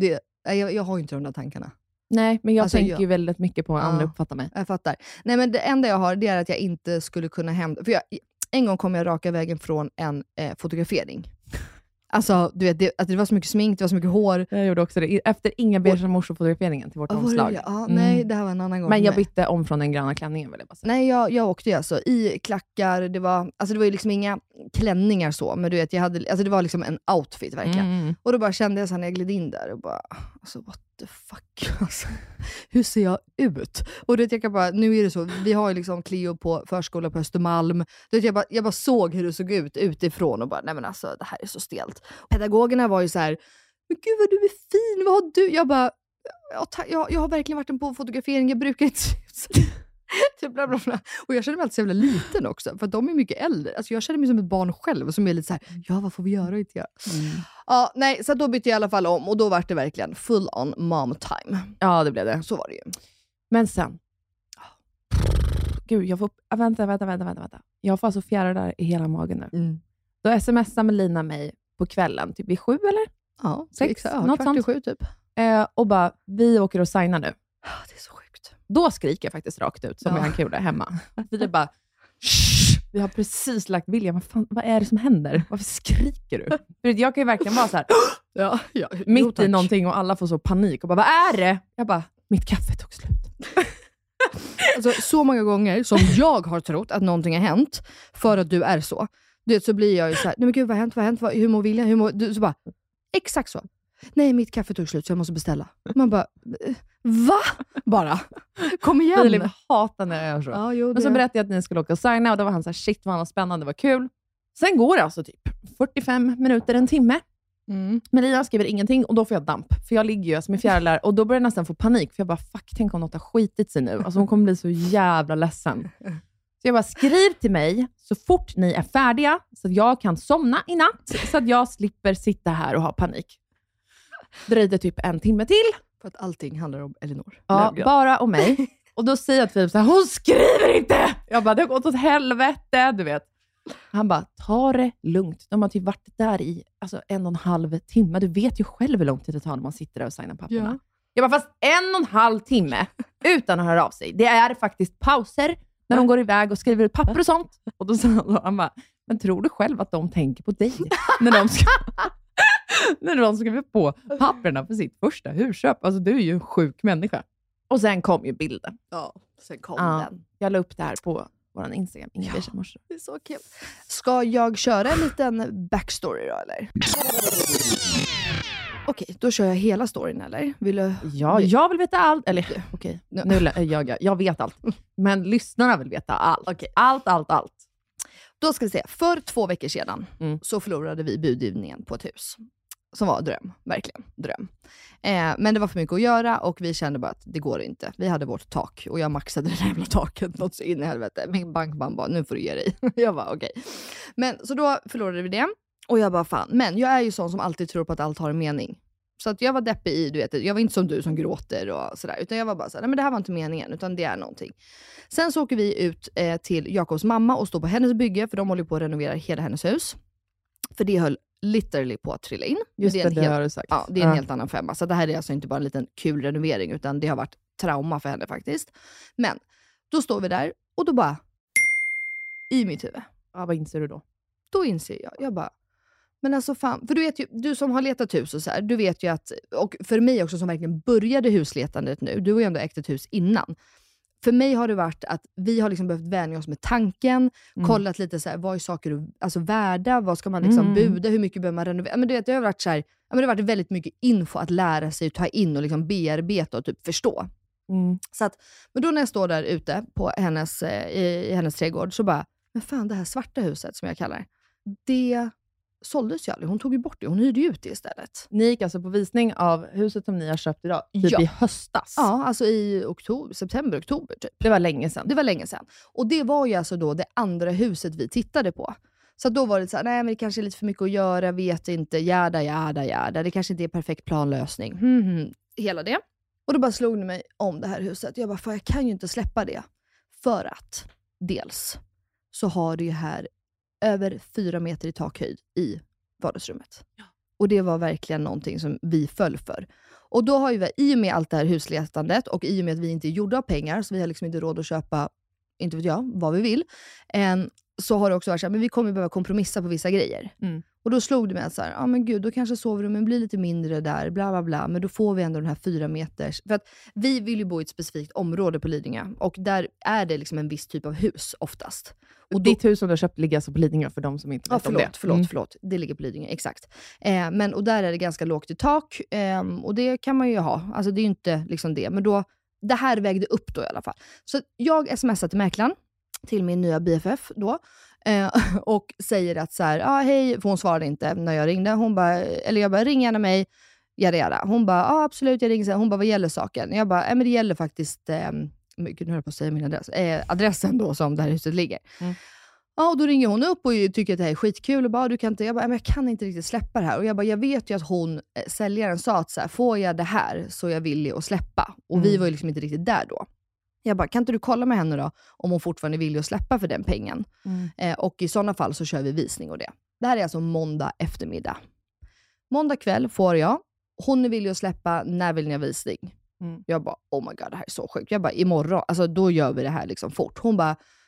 F: Jag har ju inte de där tankarna.
G: Nej, men jag tänker ju väldigt mycket på andra uppfattar mig.
F: Jag fattar. Nej, men det enda jag har, det är att jag inte skulle kunna hämta... För en gång kom jag raka vägen från en fotografering. Alltså, du vet, det var så mycket smink, det var så mycket hår.
G: Jag gjorde också det. Efter Inga beiga morsor-fotograferingen till vårt omslag.
F: Nej, det här var en annan gång.
G: Men jag bytte om från den gröna klänningen, vill jag bara säga.
F: Nej, jag åkte ju alltså i klackar. Det var ju liksom inga klänningar så. Men du vet, det var liksom en outfit verkligen. Och då bara kände jag så när jag gled in där och bara, alltså what the fuck. Alltså, hur ser jag ut? Och du vet, jag kan bara, nu är det så, vi har ju liksom Cleo på förskola på Östermalm. Du vet, jag bara såg hur det såg ut utifrån och bara, nej men alltså det här är så stelt. Pedagogerna var ju så här, men gud vad du är fin, vad har du? Jag bara, jag har verkligen varit på fotografering, jag brukar inte se ut så. Typ bla bla bla. Och jag känner mig alltid så jävla liten också, för att de är mycket äldre. Alltså jag känner mig som ett barn själv som är lite så här, vad får vi göra och inte göra? Ja, nej, så då bytte jag i alla fall om och då var det verkligen full on mom time.
G: Ja, det blev det.
F: Så var det ju.
G: Men sen gud, jag får vänta. Jag får alltså fjärilar i hela magen nu. Då smsar Melina mig på kvällen, typ vid 7 eller?
F: Ja,
G: 6,
F: något sånt. 7 typ.
G: Och bara, vi åker och signar nu.
F: Det är så sjukt.
G: Då skriker jag faktiskt rakt ut som jag gjorde hemma. Vi bara, Vi har precis lagt William. Vad är det som händer? Varför skriker du? För jag kan ju verkligen vara så här. Mitt i någonting och alla får så panik. Och bara, vad är det? Jag bara, mitt kaffe tog slut.
F: Alltså, så många gånger som jag har trott att någonting har hänt för att du är så. Så blir jag ju så här, nej men gud, vad har hänt? Hur mår William? Så bara, exakt så. Nej, mitt kaffe tog slut så jag måste beställa. Man bara, va? Bara, kom igen.
G: Filip hatar när jag gör så.
F: Ja, jo,
G: men så berättade jag att ni skulle åka och signa och då var han så här, shit vad spännande, det var kul. Sen går det alltså typ 45 minuter, en timme. Men Lina skriver ingenting och då får jag damp. För jag ligger ju som i fjärilar och då börjar jag nästan få panik. För jag bara, fuck, tänk om något har skitit sig nu. Alltså hon kommer bli så jävla ledsen. Så jag bara, skriv till mig så fort ni är färdiga så att jag kan somna i natt. Så att jag slipper sitta här och ha panik. Dröjde typ en timme till.
F: För att allting handlar om Elinor.
G: Ja,
F: Löfgren.
G: bara om mig. Och då säger jag till Filip så här, hon skriver inte! Jag bara, det har gått åt helvete, du vet. Han bara, ta det lugnt. De har typ varit där i 1,5 timme. Du vet ju själv hur lång tid det tar när man sitter där och signar papperna.
F: Ja.
G: Jag bara, fast 1,5 timme utan att höra av sig. Det är faktiskt pauser när de går iväg och skriver ut papper och sånt. Och då sa han bara, men tror du själv att de tänker på dig när de skriver på papperna för sitt första husköp? Alltså du är ju en sjuk människa. Och sen kom ju bilden.
F: Ja, sen kom den.
G: Jag la upp det här på vår Instagram.
F: Det är så kul. Ska jag köra en liten backstory då, eller? Okej, då kör jag hela storyn, eller? Vill du...
G: Ja, jag vill veta allt. Eller, okej. Jag vet allt. Men lyssnarna vill veta allt.
F: Okej.
G: Allt.
F: Då ska vi se. För 2 veckor sedan så förlorade vi budgivningen på ett hus. Som var dröm. Verkligen dröm. Men det var för mycket att göra och vi kände bara att det går inte. Vi hade vårt tak och jag maxade det jävla taket något så in i helvete. Min bankman bara, nu får du ge dig. Jag bara, okej. Men så då förlorade vi det. Och jag bara, fan. Men jag är ju sån som alltid tror på att allt har en mening. Så att jag var deppig i, du vet, jag var inte som du som gråter och sådär. Utan jag var bara såhär, nej men det här var inte meningen, utan det är någonting. Sen så åker vi ut till Jakobs mamma och står på hennes bygge, för de håller på att renovera hela hennes hus. För det höll literally på att trilla in.
G: Just
F: det,
G: det har du sagt.
F: Ja, det är en helt annan femma. Så det här är alltså inte bara en liten kul renovering, utan det har varit trauma för henne faktiskt. Men då står vi där och då bara, i mitt huvud.
G: Ja, vad inser du då?
F: Då inser jag bara, men alltså fan, för du vet ju, du som har letat hus och så här, du vet ju att, och för mig också som verkligen började husletandet nu, du har ju ändå ägt ett hus innan. För mig har det varit att vi har liksom behövt vänja oss med tanken, kollat lite så här, vad är saker alltså värda, vad ska man liksom buda, hur mycket behöver man renovera, men du vet, det har varit så här, ja, men det har varit väldigt mycket info att lära sig, ta in och liksom bearbeta och typ förstå. Så att, men då när jag står där ute på hennes, i hennes trädgård så bara, men fan, det här svarta huset som jag kallar det såldes ju aldrig. Hon tog ju bort det. Hon hyrde ju ut det istället.
G: Ni gick alltså på visning av huset som ni har köpt idag typ i höstas?
F: Ja, alltså i september, oktober typ.
G: Det var länge sedan.
F: Det var länge sedan. Och det var ju alltså då det andra huset vi tittade på. Så då var det så här, nej men det kanske är lite för mycket att göra, vet inte, jada. Det kanske inte är perfekt planlösning. Hela det. Och då bara slog det mig om det här huset. Jag bara, för jag kan ju inte släppa det. För att dels så har det ju här över 4 meter i takhöjd i vardagsrummet. Ja. Och det var verkligen någonting som vi föll för. Och då har ju vi, i och med allt det här husletandet och i och med att vi inte är gjorda av pengar, så vi har liksom inte råd att köpa, inte vet jag, vad vi vill. Så har det också varit så här, men vi kommer behöva kompromissa på vissa grejer. Och då slog det mig att så här, ja men gud, då kanske sovrummen blir lite mindre där, bla bla bla. Men då får vi ändå den här 4 meters. För att vi vill ju bo i ett specifikt område på Lidingö. Och där är det liksom en viss typ av hus oftast. Och
G: ditt hus som du har köpt ligger alltså på Lidingö för de som inte vet om det.
F: Förlåt. Det ligger på Lidingö, exakt. Och där är det ganska lågt i tak. Och det kan man ju ha. Alltså det är ju inte liksom det. Men då, det här vägde upp då i alla fall. Så jag smsade till mäklaren, till min nya BFF då. Och säger att så här, hej, för hon svarade inte när jag ringde. Hon bara, eller jag bara, ring gärna mig. Jada. Hon bara, absolut, jag ringer sen. Hon bara, vad gäller saken? Jag bara, men det gäller faktiskt, nu höll jag på att säga min adress. Adressen då som det här huset ligger. Ja, och då ringer hon upp och tycker att det här är skitkul och bara, du kan inte, jag bara, men jag kan inte riktigt släppa det här. Och jag bara, jag vet ju att hon, säljaren sa att så här, får jag det här så är jag villig att släppa. Och vi var ju liksom inte riktigt där då. Jag bara, kan inte du kolla med henne då om hon fortfarande vill att släppa för den pengen? Och i sådana fall så kör vi visning och det. Det här är alltså måndag eftermiddag. Måndag kväll får jag. Hon är villig att släppa, när vill ni ha visning? Jag bara, oh my god, det här är så sjukt. Jag bara, imorgon, alltså då gör vi det här liksom fort. Hon bara,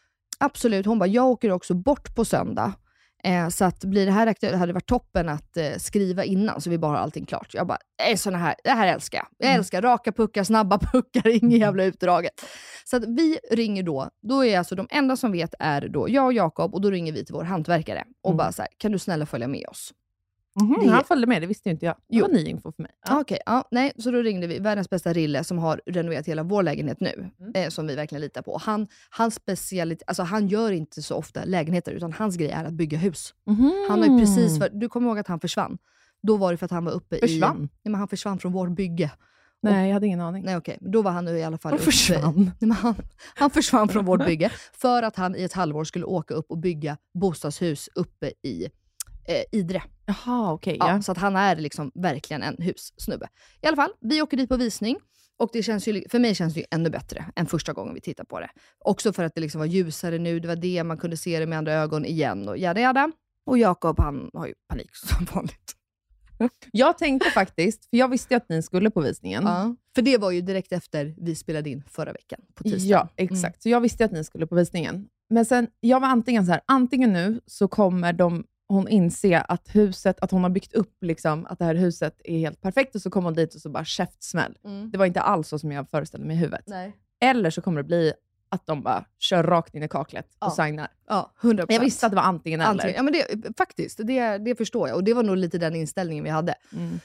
F: Absolut, hon bara, jag åker också bort på söndag. Så att blir det här aktuellt, hade det varit toppen att skriva innan så vi bara har allting klart. Jag bara, det här älskar jag. Jag älskar raka puckar, snabba puckar, inget jävla utdraget. Så att vi ringer då är alltså de enda som vet är då jag och Jakob, och då ringer vi till vår hantverkare och bara så här, kan du snälla följa med oss?
G: Han följde med, det visste ju inte jag. Det var ny info för mig.
F: Okej, så då ringde vi världens bästa Rille som har renoverat hela vår lägenhet nu. Som vi verkligen litar på. Hans specialitet, alltså han gör inte så ofta lägenheter, utan hans grej är att bygga hus. Han har ju precis, du kommer ihåg att han försvann. Då var det för att han var uppe
G: Försvann?
F: Nej, men han försvann från vårt bygge.
G: Nej, jag hade ingen aning.
F: Nej, okej. Då var han nu i alla fall
G: Han försvann.
F: Han försvann från vårt bygge för att han i ett halvår skulle åka upp och bygga bostadshus uppe i Idre.
G: Jaha, okej.
F: Ja, så att han är liksom verkligen en hussnubbe. I alla fall, vi åker dit på visning. Och det känns ju, för mig känns det ju ännu bättre än första gången vi tittade på det. Också för att det liksom var ljusare nu. Det var det, man kunde se det med andra ögon igen. Och jada. Och Jakob, han har ju panik som vanligt.
G: Jag tänkte faktiskt, för jag visste att ni skulle på visningen.
F: Ja, för det var ju direkt efter vi spelade in förra veckan på tisdag.
G: Ja, exakt. Så jag visste att ni skulle på visningen. Men sen, jag var antingen nu så kommer hon inse att huset, att hon har byggt upp liksom, att det här huset är helt perfekt, och så kommer hon dit och så bara käftsmäll. Det var inte alls så som jag föreställde mig i huvudet.
F: Nej.
G: Eller så kommer det bli att de bara kör rakt in i kaklet och signar.
F: Ja, 100%.
G: Jag visste att det var antingen eller.
F: Ja, men faktiskt, det förstår jag. Och det var nog lite den inställningen vi hade.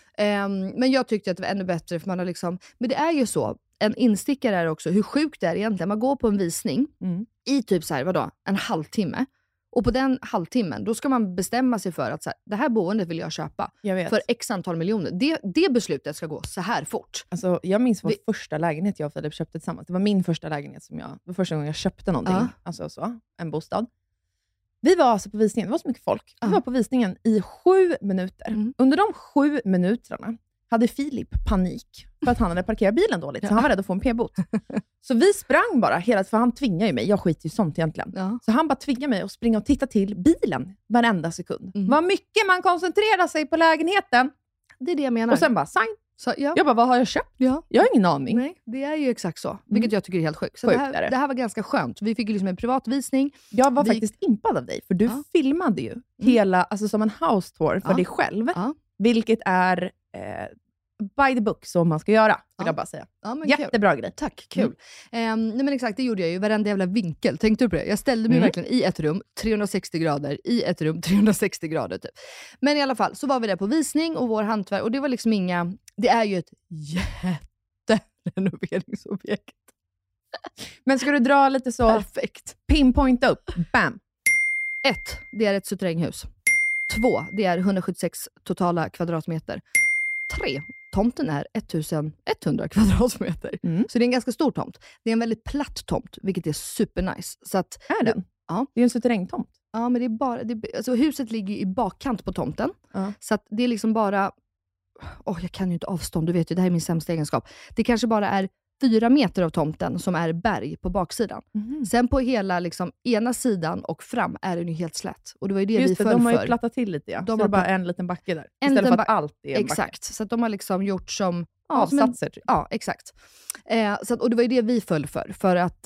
F: Men jag tyckte att det var ännu bättre, för man har liksom, men det är ju så, en instickare är också hur sjukt det är egentligen. Man går på en visning i typ så här, en halvtimme. Och på den halvtimmen, då ska man bestämma sig för att så här, det här boendet vill jag köpa.
G: Jag vet.
F: För x antal miljoner. Det beslutet ska gå så här fort.
G: Alltså, jag minns vår första lägenhet jag och Filip köpte tillsammans. Det var min första lägenhet det var första gången jag köpte någonting. Alltså så, en bostad. Vi var alltså på visningen, det var så mycket folk. Vi var på visningen i 7 minuter. Under de 7 minuterna hade Filip panik för att han hade parkerat bilen dåligt. Så han var rädd att få en p-bot. Så vi sprang bara för han tvingar ju mig. Jag skiter ju sånt egentligen. Så han bara tvingar mig att springa och titta till bilen varenda sekund. Vad mycket man koncentrerar sig på lägenheten.
F: Det är det jag menar.
G: Och sen bara sign.
F: Så, ja.
G: Jag bara, vad har jag köpt?
F: Ja.
G: Jag har ingen aning.
F: Nej, det är ju exakt så. Vilket jag tycker är helt sjukt. Så det här var ganska skönt. Vi fick ju liksom en privatvisning.
G: Jag var faktiskt impad av dig. För du filmade ju hela, alltså som en house tour för dig själv. Vilket är by the book, som man ska göra, vill jag bara säga. Jättebra grej.
F: Tack, kul. Nej men exakt, det gjorde jag ju. Varenda jävla vinkel. Tänkte du på det? Jag ställde mig verkligen i ett rum, 360 grader. I ett rum, 360 grader typ. Men i alla fall, så var vi där på visning och vår hantverk. Och det var liksom det är ju ett jätterenoveringsobjekt.
G: Men ska du dra lite så
F: perfekt.
G: Pinpoint upp. Bam.
F: 1. Det är ett suterränghus. 2. Det är 176 totala kvadratmeter. 3. Tomten är 1100 kvadratmeter. Så det är en ganska stor tomt. Det är en väldigt platt tomt, vilket är supernice. Så att,
G: är den?
F: Ja.
G: Det är en suterrängtomt.
F: Ja, men det är bara... alltså huset ligger i bakkant på tomten. Så att det är liksom bara... jag kan ju inte avstånd, du vet ju, det här är min sämsta egenskap. Det kanske bara är 4 meter av tomten som är berg på baksidan. Sen på hela liksom, ena sidan och fram är den ju helt slätt. Och det var ju det vi föll för.
G: De har ju plattat till lite, ja. De har bara en liten backe där. Istället för att allt är en
F: exakt,
G: backe.
F: Så att de har liksom gjort som...
G: avsatser.
F: Ja, exakt. Så att, och det var ju det vi föll för. För att,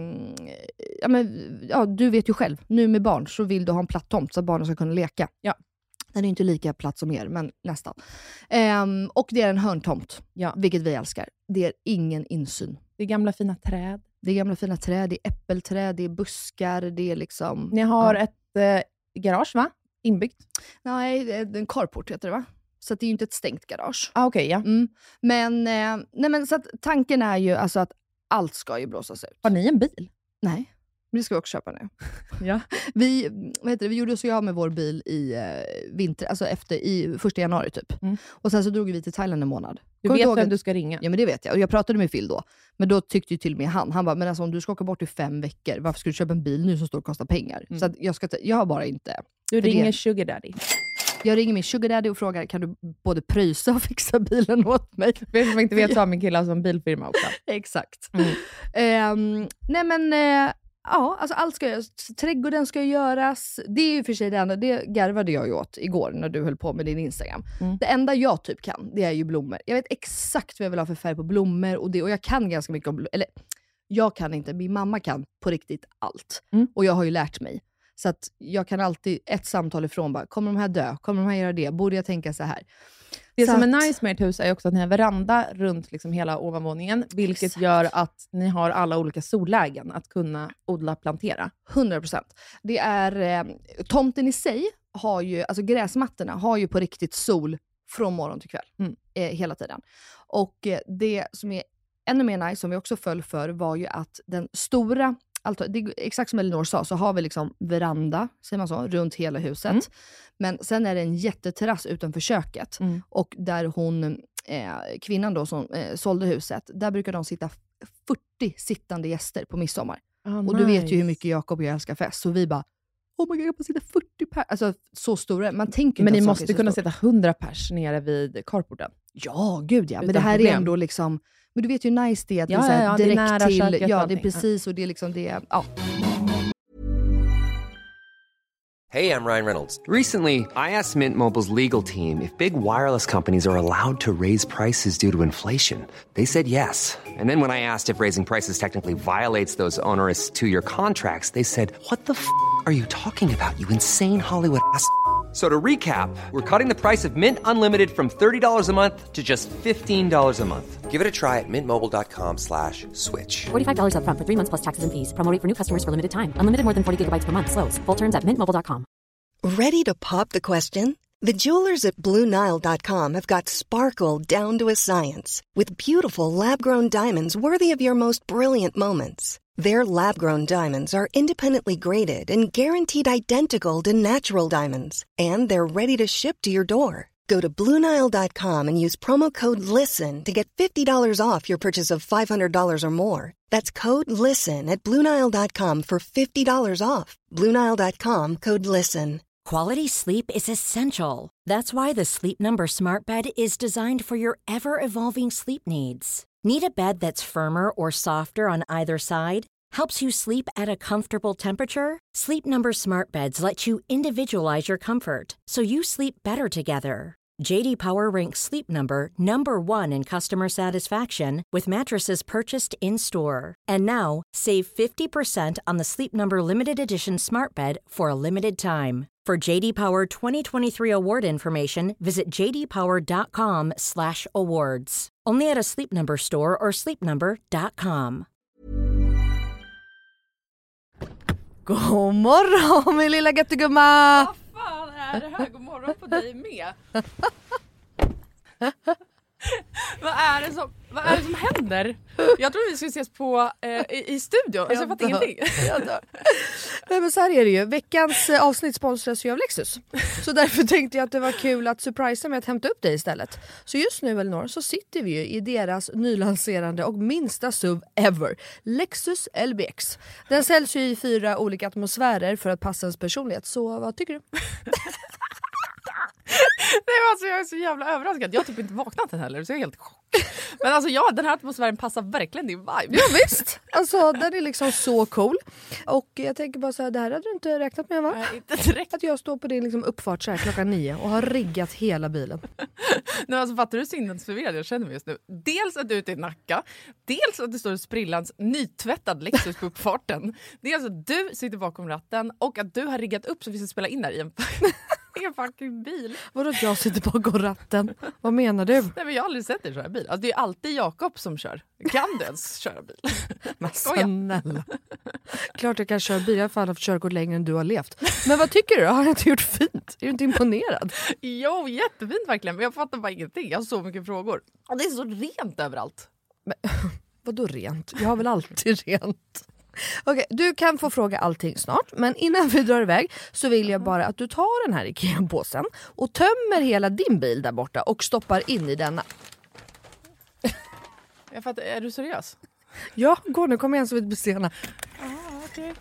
F: du vet ju själv. Nu med barn så vill du ha en platt tomt så att barnen ska kunna leka.
G: Ja.
F: Den är inte lika platt som er, men nästan. Och det är en hörntomt, vilket vi älskar. Det är ingen insyn.
G: Det är gamla fina träd.
F: Det är äppelträd, det är buskar, det är liksom...
G: Ni har ett garage, va? Inbyggt?
F: Nej, en carport heter det, va? Så att det är ju inte ett stängt garage.
G: Okej, ja.
F: Men så att tanken är ju alltså att allt ska ju blåsas ut.
G: Har ni en bil?
F: Nej. Men det ska vi också köpa nu.
G: Ja.
F: Vi gjorde så jag med vår bil i vinter, alltså i 1 januari typ. Och sen så drog vi till Thailand en månad.
G: Du vet vem du ska ringa?
F: Ja, men det vet jag. Och jag pratade med Phil då. Men då tyckte ju till och med han bara, men alltså om du ska åka bort i 5 veckor, varför ska du köpa en bil nu som står och kostar pengar? Så att jag har bara inte...
G: Du ringer Sugar Daddy.
F: Jag ringer min Sugar Daddy och frågar, kan du både pröjsa och fixa bilen åt mig?
G: Vet du inte vet så har min kille som bilfirma också.
F: Exakt. Ja, alltså allt ska göras. Trädgården ska göras. Det är ju för sig det enda. Det garvade jag ju åt igår när du höll på med din Instagram. Det enda jag typ kan, det är ju blommor. Jag vet exakt vad jag vill ha för färg på blommor. Och jag kan ganska mycket om... Eller, Jag kan inte, min mamma kan på riktigt allt.
G: Mm.
F: Och jag har ju lärt mig. Så att jag kan alltid ett samtal ifrån bara, kommer de här dö? Kommer de här göra det? Borde jag tänka så här?
G: Det
F: så
G: som
F: att,
G: är nice med ert hus är också att ni har veranda runt liksom hela ovanvåningen, vilket
F: Exakt.
G: gör att ni har alla olika sollägen att kunna odla, plantera.
F: 100%. Det är, tomten i sig har ju, alltså gräsmattorna har ju på riktigt sol från morgon till kväll. Hela tiden. Och det som är ännu mer nice, som vi också föll för, var ju att den stora, alltså, det är exakt som Elinor sa, så har vi liksom veranda, säger man så, runt hela huset. Men sen är det en jätteterrass utanför köket. Och där hon, kvinnan då som sålde huset, där brukar de sitta 40 sittande gäster på midsommar. Och du vet ju hur mycket Jakob och jag älskar fest. Så vi bara, oh my god, jag kan sitta 40 pers. Alltså så stora, man tänker
G: Men
F: inte
G: ni
F: att
G: måste
F: saker är så
G: kunna
F: stort.
G: sätta 100 pers nere vid carporten.
F: Ja, gud ja. Men
G: Utan
F: det här
G: problem.
F: är ändå liksom, men du vet ju hur nice det är att
G: Ja,
F: det är så här
G: ja, det är
F: direkt
G: nära
F: till,
G: köket och
F: ja det är
G: allting.
F: precis, och det är liksom det, ja.
H: Hey, I'm Ryan Reynolds. Recently, I asked Mint Mobile's legal team if big wireless companies are allowed to raise prices due to inflation. They said yes. And then when I asked if raising prices technically violates those onerous two-year contracts, they said, "What the f*** are you talking about, you insane Hollywood ass?" So to recap, we're cutting the price of Mint Unlimited from $30 a month to just $15 a month. Give it a try at mintmobile.com/switch.
I: $45 up front for 3 months plus taxes and fees. Promo rate for new customers for limited time. Unlimited more than 40 gigabytes per month. Slows full terms at mintmobile.com.
J: Ready to pop the question? The jewelers at BlueNile.com have got sparkle down to a science with beautiful lab-grown diamonds worthy of your most brilliant moments. Their lab-grown diamonds are independently graded and guaranteed identical to natural diamonds, and they're ready to ship to your door. Go to BlueNile.com and use promo code LISTEN to get $50 off your purchase of $500 or more. That's code LISTEN at BlueNile.com for $50 off. BlueNile.com, code LISTEN.
I: Quality sleep is essential. That's why the Sleep Number Smart Bed is designed for your ever-evolving sleep needs. Need a bed that's firmer or softer on either side? Helps you sleep at a comfortable temperature? Sleep Number Smart Beds let you individualize your comfort, so you sleep better together. JD Power ranks Sleep Number #1 in customer satisfaction with mattresses purchased in-store. And now, save 50% on the Sleep Number Limited Edition Smart Bed for a limited time. For JD Power 2023 award information, visit jdpower.com/awards. Only at a Sleep Number store or sleepnumber.com.
F: God morgon min lilla göttegumma!
G: Vad fan är det här? God morgon på dig med. Vad är det som händer? Jag tror vi ska ses på i studion. Alltså, jag fattar ingenting.
F: Nej, men så här är det ju. Veckans avsnitt sponsras ju av Lexus. Så därför tänkte jag att det var kul att surprisa med att hämta upp dig istället. Så just nu, Elinor, så sitter vi ju i deras nylanserande och minsta SUV ever. Lexus LBX. Den säljs ju i 4 olika atmosfärer för att passa ens personlighet. Så vad tycker du?
G: Nej, alltså, jag är så jävla överraskad. Jag har typ inte vaknat än heller, så jag är helt chock. Men alltså ja, den här atmosfären passar verkligen din vibe.
F: Ja visst, alltså den är liksom så cool. Och jag tänker bara så här, det här hade du inte räknat med va?
G: Nej, inte direkt.
F: Att jag står på din liksom uppfart så här klockan 9 och har riggat hela bilen.
G: Nej, alltså fattar du sinnesförvirrad jag känner mig just nu? Dels att du är ute i Nacka, dels att det står sprillans nytvättad Lexus på uppfarten. Dels att du sitter bakom ratten och att du har riggat upp så vi ska spela in där i en fucking bil.
F: Vadå att jag sitter bakom ratten? Vad menar du?
G: Nej, men jag har aldrig sett dig köra bil. Alltså, det är alltid Jakob som kör. Kan du ens köra bil?
F: Men snälla. Klart jag kan köra bil, jag har fan haft körkort längre än du har levt. Men vad tycker du? Har jag inte gjort fint? Är du inte imponerad?
G: Jo, jättefint verkligen. Men jag fattar bara ingenting. Jag har så mycket frågor. Och det är så rent överallt.
F: Men, vadå rent? Jag har väl alltid rent. Okej, du kan få fråga allting snart. Men innan vi drar iväg så vill jag bara att du tar den här IKEA-påsen och tömmer hela din bil där borta och stoppar in i denna.
G: Jag fattar, är du seriös?
F: Ja, gå nu, kom igen så vi inte blir sena.
G: Okej.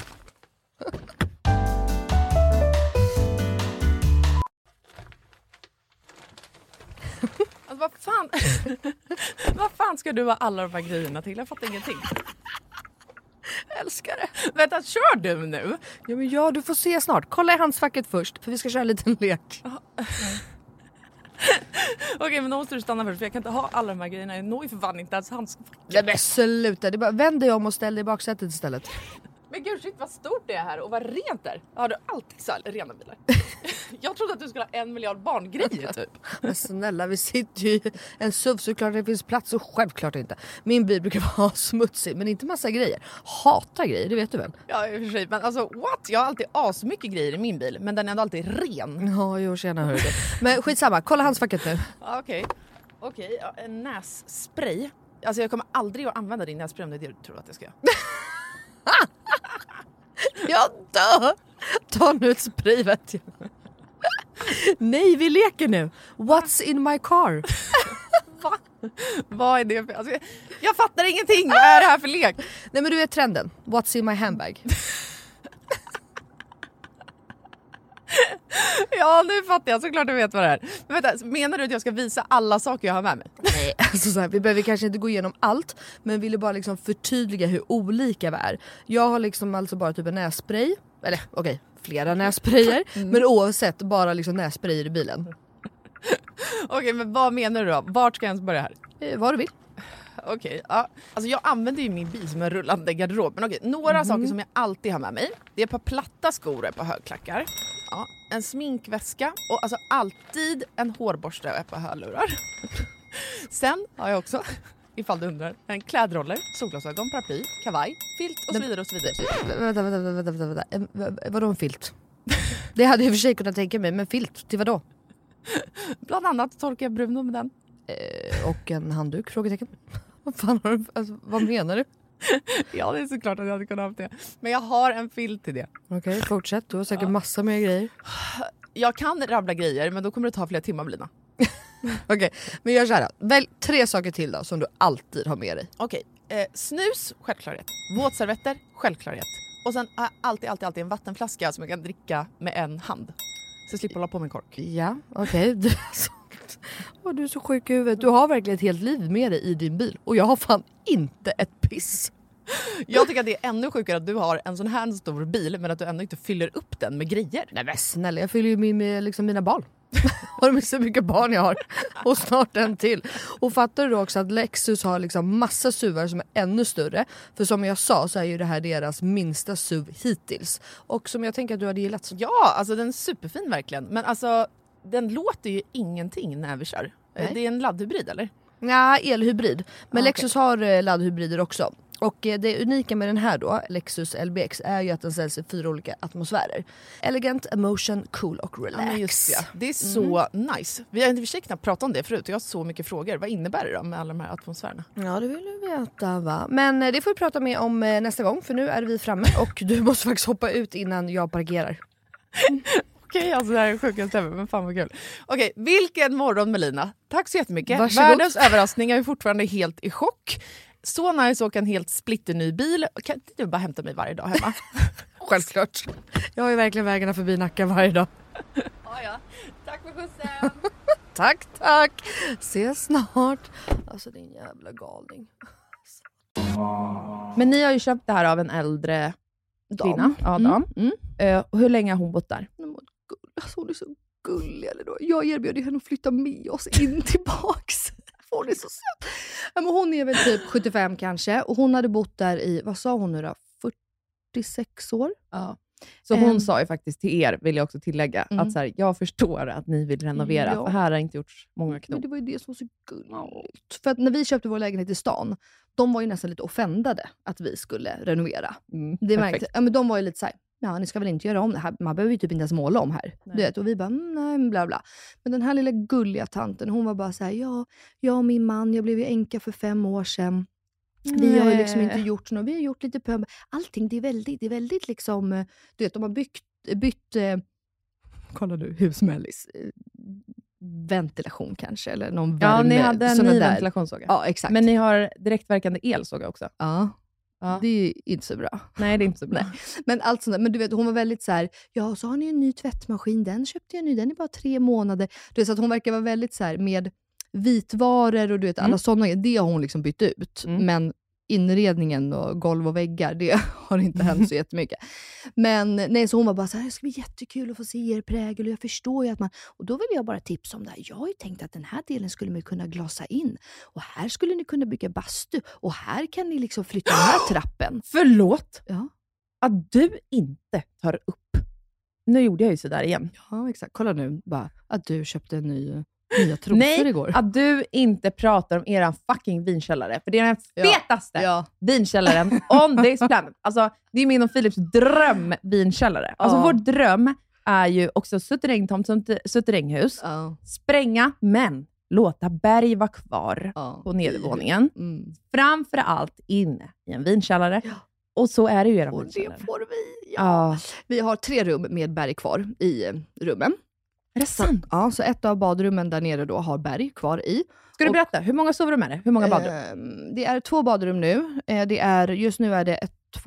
G: Alltså, vad fan ska du ha alla de här grejerna till? Jag fattar ingenting.
F: Jag älskar det.
G: Vänta, kör du nu?
F: Ja, men ja, du får se snart. Kolla i handskfacket först, för vi ska köra en liten lek.
G: Okej, men då måste du stanna först för jag kan inte ha alla de här grejerna. Jag når ju för fan inte ens handskfacket.
F: Nej men sluta, det är bara vänd dig om och ställ dig i baksätet istället.
G: Men gud, shit vad stort det är här och vad rent det är. Har du alltid så här rena bilar? Jag trodde att du skulle ha 1 miljard barngrejer typ.
F: Men snälla, vi sitter ju i en SUV, såklart det finns plats och självklart inte. Min bil brukar vara smutsig men inte massa grejer. Hatar grejer, det vet du väl?
G: Ja, i och för sig. Men alltså, what? Jag har alltid asmycket grejer i min bil, men den är ändå alltid ren.
F: Ja, jo, tjena hörru du. Men skitsamma, kolla handskfacket nu.
G: Ja, okej, ja, en nässpray. Alltså jag kommer aldrig att använda din nässpray om det är det du tror att jag ska göra.
F: Jag dör! Ta nu ett spray, vet jag. Nej, vi leker nu. What's in my car?
G: Va? Vad är det för... Alltså, jag fattar ingenting. Vad är det här för lek?
F: Nej, men du vet trenden. What's in my handbag?
G: Ja, nu fattar jag. Såklart du vet vad det är. Men vänta, menar du att jag ska visa alla saker jag har med mig?
F: Nej, alltså så här, vi behöver kanske inte gå igenom allt, men ville bara liksom förtydliga hur olika vi är. Jag har liksom alltså bara typ en nässpray, eller okej, flera nässprayer, men oavsett bara liksom nässprayer i bilen.
G: Okej, men vad menar du då? Vart ska jag ens börja här?
F: Vad du vill.
G: Okej, ja. Alltså jag använder ju min bil som en rullande garderob. Men okej, några saker som jag alltid har med mig. Det är ett par platta skor och ett par högklackar. Ja, en sminkväska och alltså alltid en hårborste och ett par hörlurar. Sen har jag också, ifall du undrar, en klädroller, solglasögon, paraply, kavaj, filt och så vidare och så vidare.
F: Vänta. Vadå en filt? Det hade jag i och för sig kunnat tänka mig, men filt, till vadå?
G: Bland annat torkar jag Bruno med den.
F: Och en handduk, frågetecken. Vad fan har du, alltså, vad menar du?
G: Ja, det är såklart att jag hade kunnat ha det. Men jag har en filt till det.
F: Okej, fortsätt. Du har säkert massa mer grejer.
G: Jag kan rabbla grejer, men då kommer det ta flera timmar, Lina.
F: Okej, men gör så här. Välj 3 saker till då som du alltid har med dig.
G: Okej, snus, självklarhet. Våtservetter, självklarhet. Och sen alltid en vattenflaska som jag kan dricka med en hand. Så jag slipper hålla på med en kork.
F: Ja, okej. Du är så sjuk i huvudet. Du har verkligen ett helt liv med dig i din bil. Och jag har fan inte ett piss.
G: Jag tycker att det är ännu sjukare att du har en sån här stor bil men att du ändå inte fyller upp den med grejer.
F: Nej men snälla, jag fyller ju med liksom mina barn. Har du så mycket barn jag har? Och snart en till. Och fattar du också att Lexus har liksom massa SUVar som är ännu större. För som jag sa så är ju det här deras minsta SUV hittills. Och som jag tänker att du hade gillat.
G: Ja, alltså den är superfin verkligen. Men alltså den låter ju ingenting när vi kör. Nej. Det är en laddhybrid eller?
F: Ja, elhybrid. Men Lexus har laddhybrider också. Och det unika med den här då, Lexus LBX, är ju att den säljs i 4 olika atmosfärer. Elegant, emotion, cool och relax.
G: Ja, just det. Det är så nice. Vi har inte försökt prata om det förut och jag har så mycket frågor. Vad innebär det då med alla de här atmosfärerna?
F: Ja, det vill du veta va. Men det får vi prata med om nästa gång, för nu är vi framme och du måste faktiskt hoppa ut innan jag parkerar.
G: Okej, alltså det här är sjukaste ever, men fan vad kul. Okej, vilken morgon Melina. Tack så jättemycket.
F: Varsågod.
G: Världens överraskning, jag är fortfarande helt i chock. Så nice att åka en helt splitterny bil. Kan inte du bara hämta mig varje dag hemma?
F: Självklart. Jag har ju verkligen vägarna förbi Nacka varje dag.
G: Ja. Tack för skjutsen.
F: Tack. Ses snart. Alltså din jävla galning.
G: Men ni har ju köpt det här av en äldre kvinna. Ja, dam. Och hur länge har hon bott där?
F: Alltså, hon är så gullig. Eller då. Jag erbjöd henne att flytta med oss in tillbaks. Hon är så söt. Men hon är väl typ 75 kanske. Och hon hade bott där i, vad sa hon nu då? 46 år.
G: Ja. Så hon sa ju faktiskt till er, vill jag också tillägga, att så här, jag förstår att ni vill renovera. För här har inte gjorts många knop.
F: Men det var ju det som var så gulligt. För att när vi köpte vår lägenhet i stan, de var ju nästan lite offendade att vi skulle renovera. Det märkte, ja, men de var ju lite så här, ja, ni ska väl inte göra om det här. Man behöver ju typ inte ens måla om här. Du vet, och vi bara, nej, bla bla. Men den här lilla gulliga tanten, hon var bara så här, jag och min man, jag blev ju änka för 5 år sedan. Vi har ju liksom inte gjort något. Vi har gjort lite på allting. Det är väldigt liksom, du vet, de har bytt kolla du, husmällis. Ventilation kanske, eller någon värme.
G: Ja, ni hade en ny ventilationssåga.
F: Ja, exakt.
G: Men ni har direktverkande elsåga också.
F: Ja. Det är ju inte så bra.
G: Nej, det är inte så bra.
F: Nej. Men allt sånt där. Men du vet, hon var väldigt så här, ja, så har ni en ny tvättmaskin, den köpte jag ny, den är bara 3 månader. Du vet, så att hon verkar vara väldigt så här med vitvaror och du vet, alla sådana, det har hon liksom bytt ut. Men inredningen och golv och väggar, det har inte hänt så jättemycket. Men nej, så hon var bara så här, det ska bli jättekul att få se er prägel och jag förstår ju att man, och då vill jag bara tipsa om det här. Jag har ju tänkt att den här delen skulle man kunna glasa in och här skulle ni kunna bygga bastu och här kan ni liksom flytta den här trappen.
G: Förlåt?
F: Ja.
G: Att du inte tar upp. Nu gjorde jag ju så där igen.
F: Ja, exakt. Kolla nu bara att du köpte nya trosor igår.
G: Nej, att du inte pratar om eran fucking vinkällare. För det är den fetaste vinkällaren on this planet. Alltså, det är min och Philips drömvinkällare. Alltså, vår dröm är ju också suteränghus. Spränga, men låta berg vara kvar på nedervåningen. Framförallt inne i en vinkällare. Och så är det ju eran vinkällare.
F: Det får vi, Vi har 3 rum med berg kvar i rummen.
G: Är det sant?
F: Ja, så ett av badrummen där nere då har berg kvar i.
G: Ska du berätta, hur många sovrum är det? Hur många badrum?
F: Det är 2 badrum nu. Just nu är det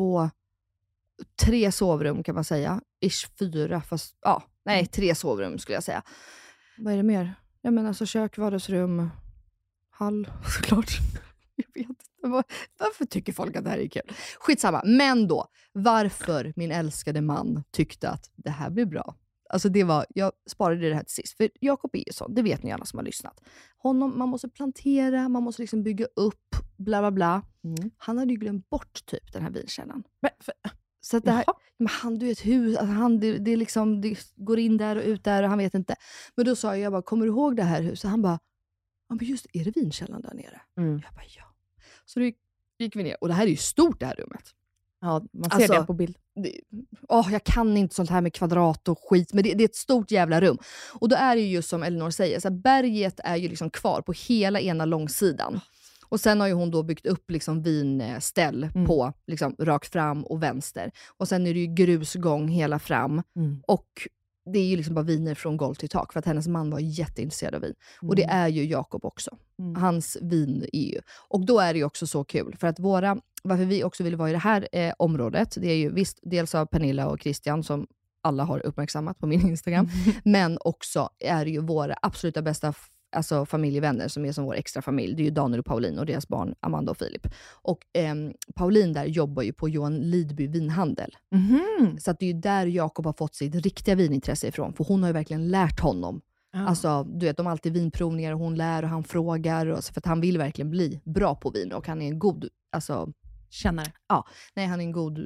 F: 3 sovrum kan man säga. 4, fast 3 sovrum skulle jag säga. Vad är det mer? Jag menar alltså kök, vardagsrum, hall såklart. Jag vet inte. Varför tycker folk att det här är kul? Skitsamma. Men då, varför min älskade man tyckte att det här blir bra? Alltså jag sparade det här till sist. För Jakob är ju sån, det vet ni alla som har lyssnat. Honom, man måste plantera, man måste liksom bygga upp, bla bla bla. Han hade ju glömt bort typ den här vinkällan. Så att det här, men han, du vet hur, alltså det är liksom, det går in där och ut där och han vet inte. Men då sa jag bara, kommer du ihåg det här huset? Han bara, men just är det vinkällan där nere? Jag bara, ja. Så då gick vi ner, och det här är ju stort det här rummet.
G: Ja, man ser det på bild.
F: Jag kan inte sånt här med kvadrat och skit, men det är ett stort jävla rum. Och då är det ju just som Elinor säger, så här, berget är ju liksom kvar på hela ena långsidan. Och sen har ju hon då byggt upp liksom vinställ på liksom rakt fram och vänster. Och sen är det ju grusgång hela fram. Och det är ju liksom bara viner från golv till tak. För att hennes man var jätteintresserad av vin. Och det är ju Jakob också. Hans vin är ju. Och då är det ju också så kul. För att varför vi också vill vara i det här området. Det är ju visst dels av Pernilla och Christian som alla har uppmärksammat på min Instagram. Men också är det ju våra absoluta bästa familjevänner som är som vår extra familj. Det är ju Daniel och Pauline och deras barn Amanda och Filip. Och Pauline där jobbar ju på Johan Lidby vinhandel. Så att det är ju där Jakob har fått sitt riktiga vinintresse ifrån. För hon har ju verkligen lärt honom. Alltså, du vet, de har alltid vinprovningar och hon lär och han frågar. Och så, för att han vill verkligen bli bra på vin. Och han är en god
G: kännare.
F: Ja, nej, han är en god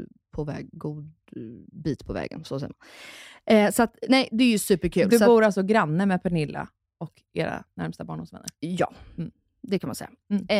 F: bit på vägen, så säger man. Så att, nej, det är ju superkul.
G: Du bor alltså granne med Pernilla och era närmsta barndomsvänner?
F: Ja, det kan man säga.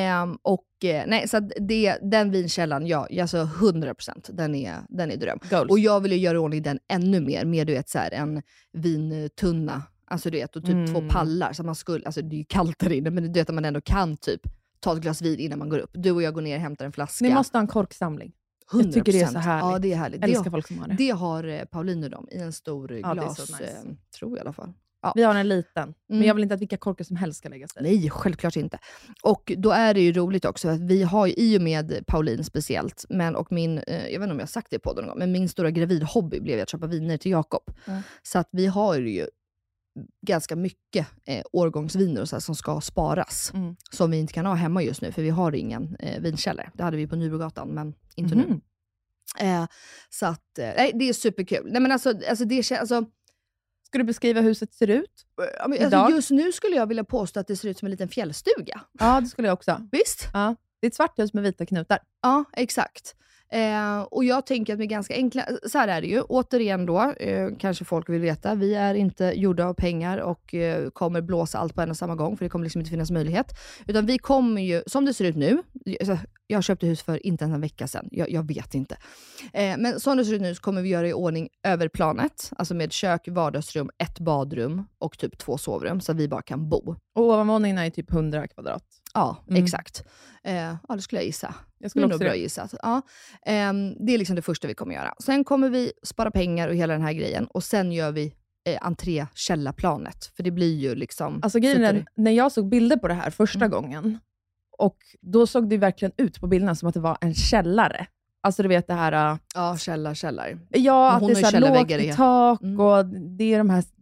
F: Nej, så att den vinkällan, alltså 100%, den är dröm.
G: Goals.
F: Och jag vill ju göra ordning den ännu mer, med du vet så här, en vintunna, alltså du vet, och typ 2 pallar, så man skulle, alltså det är ju kallt där inne, men du vet att man ändå kan typ ta ett glas vin innan man går upp. Du och jag går ner och hämtar en flaska.
G: Ni måste ha en korksamling.
F: 100%.
G: Jag tycker det är så härligt.
F: Ja, det är härligt.
G: Älskar folk som har det.
F: Det har Pauline och dem i en stor glas,
G: det är så nice.
F: tror jag i alla fall. Ja.
G: Vi har en liten. Men jag vill inte att vilka korkar som helst ska läggas där.
F: Nej, självklart inte. Och då är det ju roligt också att vi har ju, i och med Pauline speciellt, och min, jag vet inte om jag har sagt det på podden någon gång, men min stora gravidhobby blev att köpa viner till Jakob. Så att vi har ju ganska mycket årgångsviner och så här, som ska sparas. Som vi inte kan ha hemma just nu, för vi har ingen vinkällare. Det hade vi på Nybrogatan, men inte nu. Så att, det är superkul. Nej, men alltså det känns... Alltså,
G: ska du beskriva hur huset ser ut?
F: Alltså, just nu skulle jag vilja påstå att det ser ut som en liten fjällstuga.
G: Ja, det skulle jag också.
F: Visst?
G: Ja. Det är ett svart hus med vita knutar.
F: Ja, exakt. Och jag tänker att med ganska enkla... Så här är det ju. Återigen då, kanske folk vill veta. Vi är inte gjorda av pengar och kommer blåsa allt på en och samma gång. För det kommer liksom inte finnas möjlighet. Utan vi kommer ju, som det ser ut nu... Jag köpte hus för inte ens en vecka sedan. Jag vet inte. Men som det ser ut nu så kommer vi göra i ordning över planet. Alltså med kök, vardagsrum, 1 badrum och typ 2 sovrum. Så att vi bara kan bo.
G: Och ovanvåningen är typ 100 kvadrat.
F: Ja, exakt. Ja, det skulle jag gissa.
G: Jag skulle också
F: bra gissat. Ja. Det är liksom det första vi kommer göra. Sen kommer vi spara pengar och hela den här grejen. Och sen gör vi entré-källarplanet. För det blir ju liksom...
G: Alltså grejen, när jag såg bilder på det här första gången. Och då såg det verkligen ut på bilderna som att det var en källare. Alltså du vet det här...
F: Ja, källar.
G: Ja, att det är så här lågt i tak och det är de här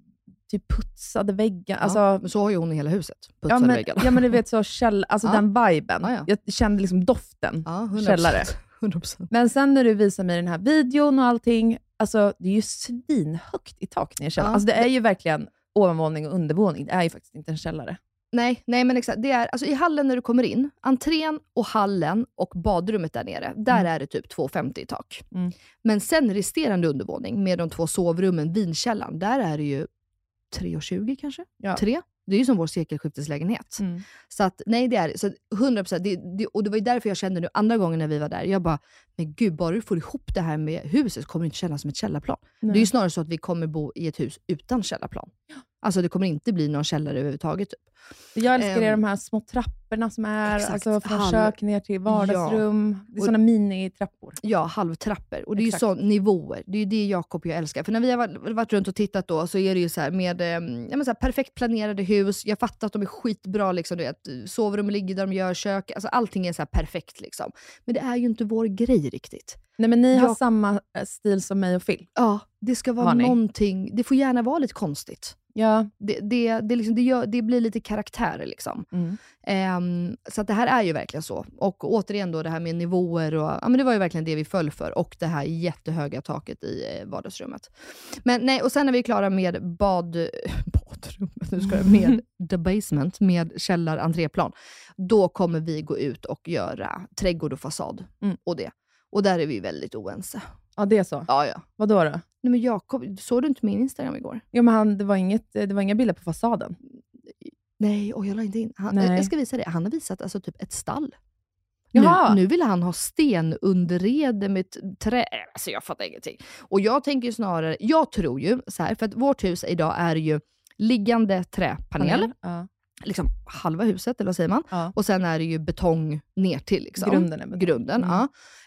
G: typ putsade väggar.
F: Ja,
G: Alltså,
F: men så har ju hon i hela huset. Putsade väggarna.
G: Ja men du vet så alltså den viben.
F: Ja.
G: Jag kände liksom doften.
F: Ja, 100%.
G: Källare.
F: 100%.
G: Men sen när du visar mig den här videon och allting, alltså det är ju svinhögt i tak ner i källaren.
F: Ja.
G: Alltså det är ju verkligen ovanvåning och undervåning. Det är ju faktiskt inte en källare.
F: Nej men exakt. Det är, alltså i hallen när du kommer in, entrén och hallen och badrummet där nere, där är det typ 2,50 i tak. Men sen resterande undervåning med de 2 sovrummen, vinkällaren, där är det ju 3,20 kanske?
G: Ja.
F: 3? Det är ju som vår sekelskifteslägenhet. Så att, nej det är så 100%. Och det var ju därför jag kände nu andra gången när vi var där. Jag bara, men gud, bara du får ihop det här med huset kommer det inte kännas som ett källarplan.
G: Nej.
F: Det är ju snarare så att vi kommer bo i ett hus utan källarplan. Alltså det kommer inte bli någon källare överhuvudtaget typ.
G: Jag älskar de här små trapporna som är alltså från kök ner till vardagsrum. Ja. Det är sådana mini-trappor. Ja, halvtrappor. Och det är ju så nivåer. Det är ju det Jakob och jag älskar. För när vi har varit runt och tittat då, så är det ju så här med så här perfekt planerade hus. Jag fattar att de är skitbra liksom, du vet. Sovrum ligger där de gör kök. Alltså allting är så här perfekt liksom. Men det är ju inte vår grej riktigt. Nej, men ni har samma stil som mig och Phil.
F: Ja, det ska vara någonting. Det får gärna vara lite konstigt. Ja. Det blir lite karaktär liksom. Så att det här är ju verkligen så. Och återigen då det här med nivåer och, ja, men det var ju verkligen det vi föll för. Och det här jättehöga taket i vardagsrummet. Men nej, och sen när vi är klara med badrummet, nu ska jag med the basement, med källar, entréplan, då kommer vi gå ut och göra trädgård och fasad och det. Och där är vi väldigt oense.
G: Ja, det är så?
F: Ja.
G: Vadå då?
F: Nej, men Jakob, såg du inte min Instagram igår?
G: Jo, men det var inga bilder på fasaden.
F: Nej, och jag la inte in. Jag ska visa det. Han har visat alltså typ ett stall. Nu vill han ha stenunderrede med trä. Alltså jag fattar ingenting. Och jag tänker snarare, jag tror ju så här, för att vårt hus idag är ju liggande träpanel. Ja. Liksom halva huset, eller vad säger man? Ja. Och sen är det ju betong ner till liksom. Grunden, ja.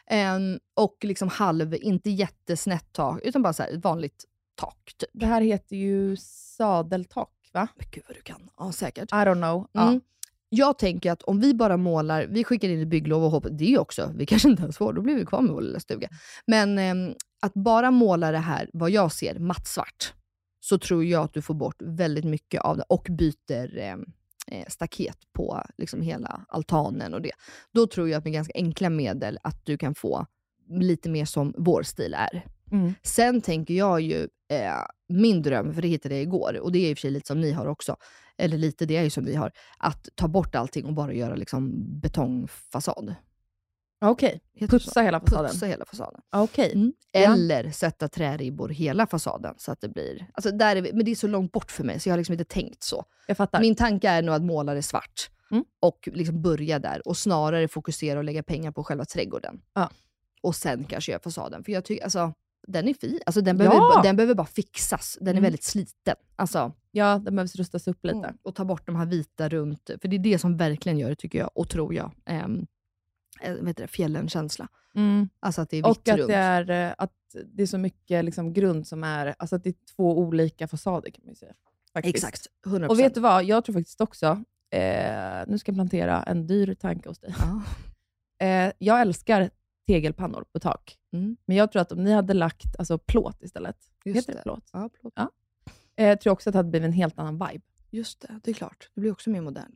F: Och liksom inte jättesnett tak, utan bara så här ett vanligt tak typ.
G: Det här heter ju sadeltak, va?
F: Men gud vad du kan. Ja, säkert.
G: I don't know. Ja.
F: Jag tänker att om vi bara målar, vi skickar in ett bygglov och hoppas, det är ju också, vi kanske inte ens får, då blir vi kvar med vår lilla stuga. Men att bara måla det här, vad jag ser, mattsvart, så tror jag att du får bort väldigt mycket av det och byter staket på liksom hela altanen och det. Då tror jag att med ganska enkla medel att du kan få lite mer som vår stil är. Sen tänker jag ju min dröm, för det hittade jag igår, och det är i och för sig lite som ni har också, eller lite det är ju som vi har, att ta bort allting och bara göra liksom betongfasad.
G: Okej. Putsa hela fasaden. Okej.
F: Eller sätta träribbor hela fasaden så att det blir, alltså men det är så långt bort för mig så jag har liksom inte tänkt så.
G: Jag fattar.
F: Min tanke är nog att måla det svart och liksom börja där och snarare fokusera och lägga pengar på själva trädgården. Ja. Och sen kanske göra fasaden, för jag tycker alltså den är fin. Alltså den behöver bara fixas. Den är väldigt sliten. Alltså,
G: ja, den behövs rustas upp lite.
F: Och ta bort de här vita runt. För det är det som verkligen gör det, tycker jag. Och tror jag. Fjällen-känsla. Alltså att det är vitt
G: och att
F: runt.
G: Att det är så mycket liksom grund som är, alltså att det är 2 olika fasader kan man ju säga. Faktiskt.
F: Exakt, 100%.
G: Och vet du vad, jag tror faktiskt också, nu ska jag plantera en dyr tanke hos dig. Jag älskar tegelpannor på tak. Men jag tror att om ni hade lagt alltså plåt istället. Heter det plåt?
F: Ja, plåt.
G: Ja. Jag tror också att det hade blivit en helt annan vibe.
F: Just det är klart. Det blir också mer modernt.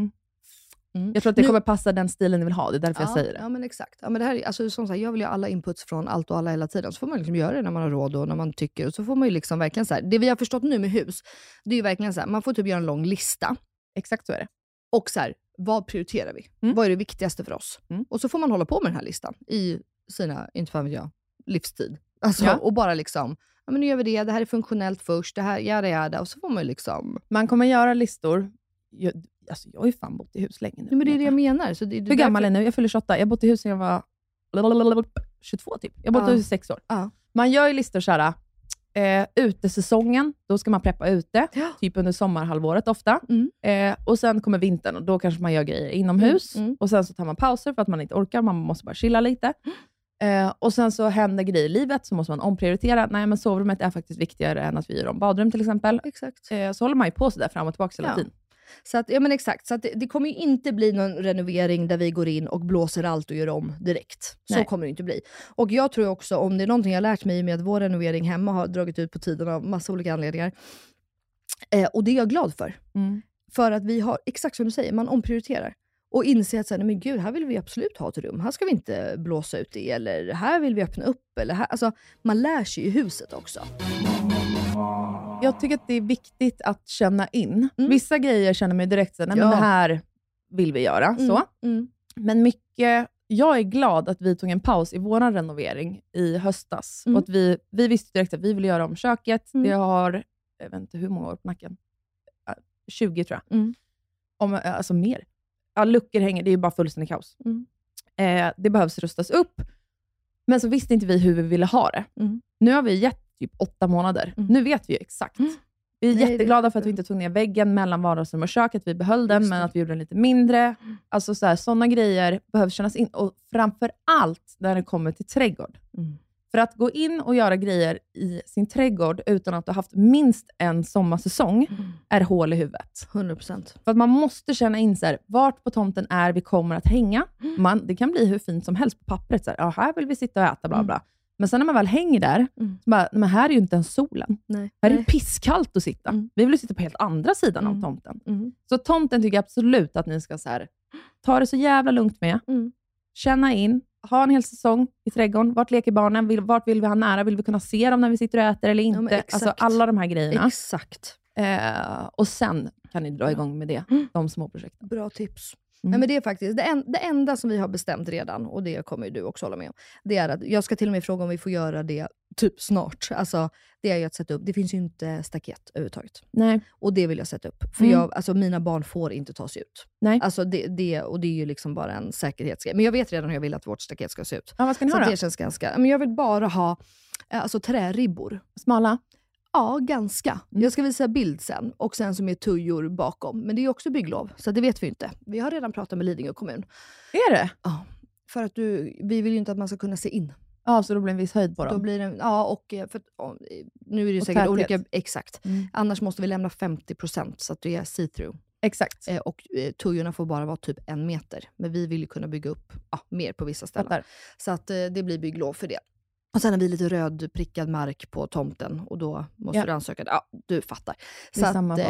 G: Jag tror att det kommer passa den stilen ni vill ha. Det är därför jag säger det.
F: Ja, men exakt. Ja, men det här, alltså, som sagt, jag vill ju ha alla inputs från allt och alla hela tiden. Så får man liksom göra det när man har råd och när man tycker. Och så får man ju liksom verkligen så här. Det vi har förstått nu med hus, det är ju verkligen så här. Man får typ göra en lång lista.
G: Exakt så är det.
F: Och så här, vad prioriterar vi? Vad är det viktigaste för oss? Och så får man hålla på med den här listan i sina, inte fan vet jag, livstid. Alltså, och bara liksom, ja men nu gör vi det här är funktionellt först, det här, jada, och så får man ju liksom...
G: Man kommer göra listor. Jag har ju fan bott i hus länge nu.
F: Ja, men det är det jag menar. Så det
G: hur gammal är nu? Jag fyller 28. Jag har bott i hus sedan jag var 22 typ. Jag har bott i hus i 6 år. Man gör ju listor såhär, utesäsongen, då ska man preppa ute. Typ under sommarhalvåret ofta. Och sen kommer vintern och då kanske man gör grejer inomhus. Och sen så tar man pauser för att man inte orkar. Man måste bara chilla lite. Och sen så händer grejer i livet, så måste man omprioritera. Nej, men sovrummet är faktiskt viktigare än att vi gör om badrum till exempel.
F: Exakt.
G: Så håller man ju på så där fram och tillbaka hela tiden.
F: Så att, ja men exakt, så att det kommer ju inte bli någon renovering där vi går in och blåser allt och gör om direkt. Så kommer det inte bli. Och jag tror också, om det är någonting jag har lärt mig med att vår renovering hemma har dragit ut på tiden av massa olika anledningar, Och det är jag glad för. För att vi har, exakt som du säger, man omprioriterar. Och inser att så här, men gud, här vill vi absolut ha ett rum. Här ska vi inte blåsa ut det. Eller här vill vi öppna upp. Eller här, alltså, man lär sig i huset också.
G: Jag tycker att det är viktigt att känna in. Vissa grejer känner mig direkt så, nej men det här vill vi göra. Så. Men mycket, jag är glad att vi tog en paus i vår renovering i höstas. Och att vi visste direkt att vi vill göra om köket. Det har, jag vet inte hur många år på nacken. 20 tror jag. Alltså mer. Ja, luckor hänger, det är ju bara fullständigt kaos. Det behövs rustas upp. Men så visste inte vi hur vi ville ha det. Nu har vi gett typ 8 månader. Nu vet vi ju exakt. Vi är jätteglada för att vi inte tog ner väggen mellan vardagsrum och köket. Vi behöll den, men att vi gjorde den lite mindre. Alltså sådana grejer behövs kännas in. Och framför allt när det kommer till trädgård. För att gå in och göra grejer i sin trädgård utan att du har haft minst en sommarsäsong är hål i huvudet.
F: 100%.
G: För att man måste känna in så här, vart på tomten är vi kommer att hänga. Det kan bli hur fint som helst på pappret. Så här, här vill vi sitta och äta, bla bla. Men sen när man väl hänger där, så bara, men här är ju inte ens solen. Här är det pisskallt att sitta. Vi vill sitta på helt andra sidan av tomten. Så tomten tycker jag absolut att ni ska så här, ta det så jävla lugnt med. Känna in. Ha en hel säsong i trädgården. Vart leker barnen? Vart vill vi ha nära? Vill vi kunna se dem när vi sitter och äter eller inte? Ja, alltså alla de här grejerna.
F: Exakt.
G: Och sen kan ni dra igång med det. De små projekten.
F: Bra tips. Nej, men det är faktiskt det enda som vi har bestämt redan, och det kommer ju du också hålla med om, det är att jag ska till och med fråga om vi får göra det typ snart. Alltså det är ju att sätta upp, det finns ju inte staket överhuvudtaget.
G: Nej.
F: Och det vill jag sätta upp. För alltså mina barn får inte ta sig ut.
G: Nej.
F: Alltså och det är ju liksom bara en säkerhetsgrej. Men jag vet redan hur jag vill att vårt staket ska se ut.
G: Ja, vad ska ni ha då?
F: Det känns ganska, men jag vill bara ha alltså träribbor.
G: Smala?
F: Ja, ganska. Jag ska visa bild sen. Och sen som är tujor bakom. Men det är också bygglov. Så det vet vi inte. Vi har redan pratat med Lidingö kommun.
G: Är det?
F: Ja. För att vi vill ju inte att man ska kunna se in.
G: Ja, så då blir en viss höjd på dem.
F: Då blir det, ja, och nu är det ju säkert olika. Exakt. Annars måste vi lämna 50% så att det är see-through.
G: Exakt.
F: Och tujorna får bara vara typ 1 meter. Men vi vill ju kunna bygga upp mer på vissa ställen. Så att det blir bygglov för det. Och sen har vi lite rödprickad mark på tomten. Och då måste du ansöka. Ja, du fattar.
G: Det är samma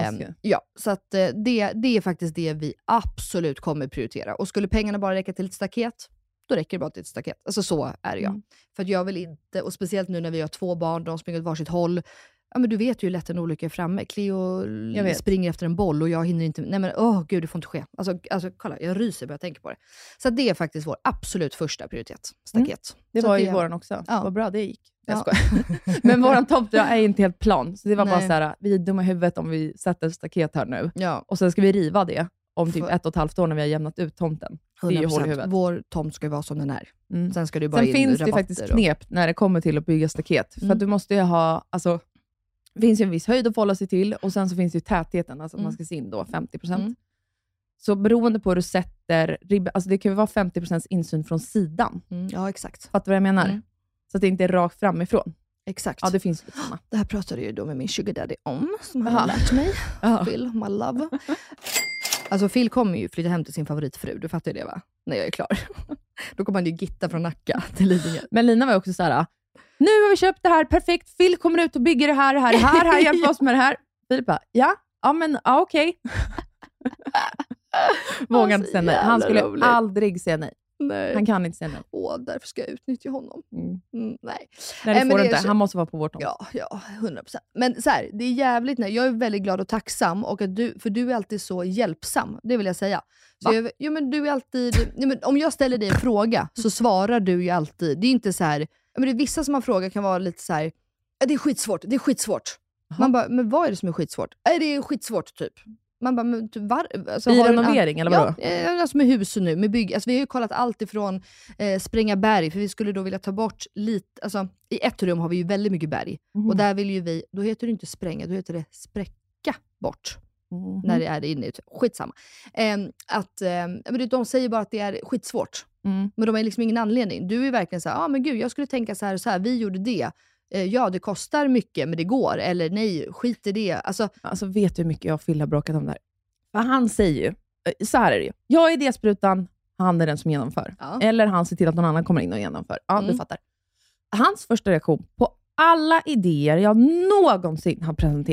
F: så att det är faktiskt det vi absolut kommer prioritera. Och skulle pengarna bara räcka till ett staket, då räcker det bara till ett staket. Alltså så är jag. För att jag vill inte, och speciellt nu när vi har 2 barn, de springer åt varsitt håll. Ja, men du vet ju hur lätt en olycka är framme. Cleo springer efter en boll och jag hinner inte. Nej men gud, det får inte ske. Alltså kolla, jag ryser bara jag tänker på det. Så det är faktiskt vår absolut första prioritet. Staket.
G: Det
F: så
G: var ju våran också.
F: Ja.
G: Vad bra det gick. Jag skojar. Men våran tomt är inte helt plan. Så det var bara så här, vi är dumma i huvudet om vi sätter ett staket här nu. Ja. Och sen ska vi riva det om typ 1,5 år när vi har jämnat ut tomten. Det är ju hål i huvudet. Vår tomt ska ju vara som den är. Sen ska det bara in finns det faktiskt knep när det kommer till att bygga staket. För att du måste ju ha, alltså det finns ju en viss höjd att förhålla sig till. Och sen så finns det ju tätheten. Alltså att man ska se in då 50%. Så beroende på hur du sätter ribban. Alltså det kan ju vara 50% insyn från sidan.
F: Ja, exakt.
G: Fattar vad jag menar? Så att det inte är rakt framifrån.
F: Exakt.
G: Ja, det finns lite sådana.
F: Det här pratade ju då med min sugar daddy om. Som har lärt mig. Phil, my love. Alltså Phil kommer ju flytta hem till sin favoritfru. Du fattar ju det, va? När jag är klar. Då kommer han ju gitta från Nacka till Lidingö.
G: Men Lina var ju också så här: nu har vi köpt det här, perfekt. Phil kommer ut och bygger det här hjälper oss med det här. Phil bara, okej. Vågar inte säga nej. Han skulle aldrig säga nej. Nej. Han kan inte säga nej.
F: Därför ska jag utnyttja honom. Nej.
G: Nej, det får du inte. Han måste vara på vårt tomt.
F: Ja, 100%. Men så här, det är jävligt. Jag är väldigt glad och tacksam. Och att för du är alltid så hjälpsam. Det vill jag säga. Så men du är alltid... men om jag ställer dig en fråga så svarar du ju alltid. Det är inte så här... Men det är vissa som man frågar kan vara lite så här... Det är skitsvårt. Man bara, men vad är det som är skitsvårt? Det är skitsvårt typ. Man bara, men alltså,
G: i renovering eller vadå?
F: Ja, alltså med husen nu, med bygg. Alltså vi har ju kollat allt ifrån spränga berg, för vi skulle då vilja ta bort lite, alltså i ett rum har vi ju väldigt mycket berg. Och där vill ju vi, då heter det inte spränga, då heter det spräcka bort. När det är inne, skitsamma. Men de säger bara att det är skitsvårt. Men de har liksom ingen anledning. Du är verkligen så här, men gud, jag skulle tänka så här och så här, vi gjorde det. Ja, det kostar mycket, men det går. Eller nej, skit i det.
G: Alltså vet du hur mycket jag och Phil har bråkat om det här? För han säger ju, så här är det ju. Jag är idésprutan, han är den som genomför. Ja. Eller han ser till att någon annan kommer in och genomför. Ja, du fattar. Hans första reaktion på alla idéer jag någonsin har presenterat.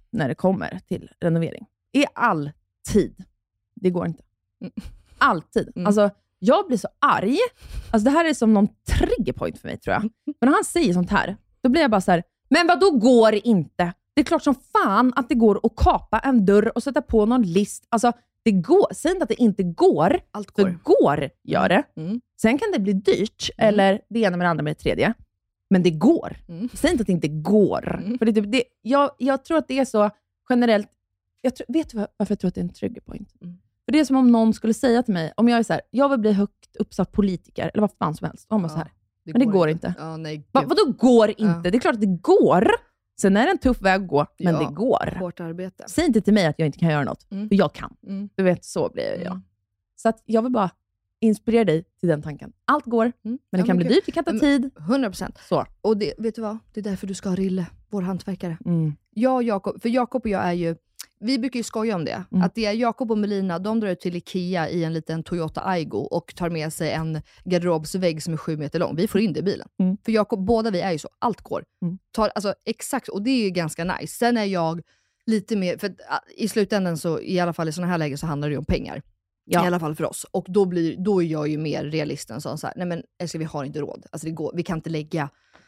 G: när det kommer till renovering är alltid. Det går inte. Alltid. Alltså, jag blir så arg. Alltså, det här är som någon triggerpoint för mig, tror jag. Men när han säger sånt här, då blir jag bara så här, men vad då går det inte? Det är klart som fan att det går att kapa en dörr och sätta på någon list. Alltså, det går. Säg inte att det inte går.
F: Allt går.
G: För går gör det. Sen kan det bli dyrt. Eller det ena med det andra med det tredje. Men det går. Säg inte att det inte går. För det är typ, jag tror att det är så generellt. Vet du varför jag tror att det är en triggerpoint? För det är som om någon skulle säga till mig, om jag är så här, jag vill bli högt uppsatt politiker, eller vad fan som helst. Om man så här, men det går inte.
F: Ja, nej,
G: vadå går inte? Det är klart att det går. Sen är det en tuff väg att gå, men det går.
F: Hårt arbete.
G: Säg inte till mig att jag inte kan göra något. För jag kan. Du vet, så blir jag. Så att jag vill bara inspirera dig till den tanken. Allt går, men det kan bli dyrt, det kan ta tid.
F: 100%.
G: Så.
F: Och det, vet du vad? Det är därför du ska ha Rille, vår hantverkare. Jag och Jakob, för Jakob och jag är ju, vi brukar ju skoja om det. Att det är Jakob och Melina, de drar ut till Ikea i en liten Toyota Aygo och tar med sig en garderobsvägg som är 7 meter lång. Vi får in det i bilen. För Jakob, båda vi är ju så, allt går. Alltså exakt, och det är ju ganska nice. Sen är jag lite mer, för i slutändan så, i alla fall i såna här lägen så handlar det ju om pengar. I alla fall för oss. Och då är jag ju mer realisten som så här, nej men vi har inte råd. Alltså det går, vi kan inte lägga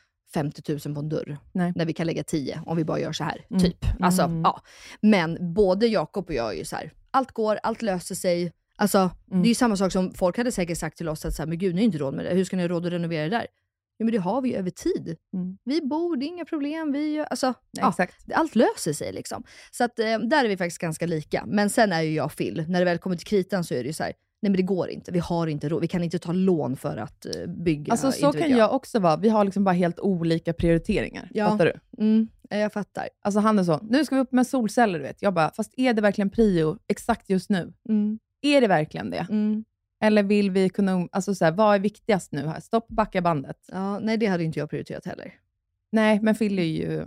F: 50 000 på en dörr. Nej. När vi kan lägga 10 om vi bara gör så här. Typ. Alltså, ja. Men både Jakob och jag är ju så här, allt går, allt löser sig. Alltså, det är ju samma sak som folk hade säkert sagt till oss att så här, men gud, ni är inte råd med det. Hur ska ni ha råd att renovera det där? Ja, men det har vi ju över tid. Vi bor, det är inga problem. Alltså, exakt. Allt löser sig liksom. Så att där är vi faktiskt ganska lika. Men sen är ju jag Phil. När det väl kommer till kritan så är det ju så här, nej men det går inte. Vi har inte råd. Vi kan inte ta lån för att bygga.
G: Alltså så kan jag också vara. Vi har liksom bara helt olika prioriteringar. Fattar du?
F: Jag fattar.
G: Alltså han är så, nu ska vi upp med solceller, du vet. Jag bara, fast är det verkligen prio exakt just nu? Är det verkligen det? Eller vill vi kunna, alltså så här, vad är viktigast nu här? Stopp, backa bandet.
F: Ja, nej det hade inte jag prioriterat heller.
G: Nej, men Phil är ju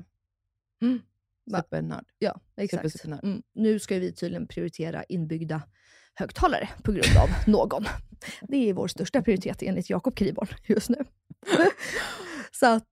G: supernörd.
F: Ja, exakt. Nu ska vi tydligen prioritera inbyggda högtalare på grund av någon. Det är vår största prioritet enligt Jakob Kriborn just nu. Så att,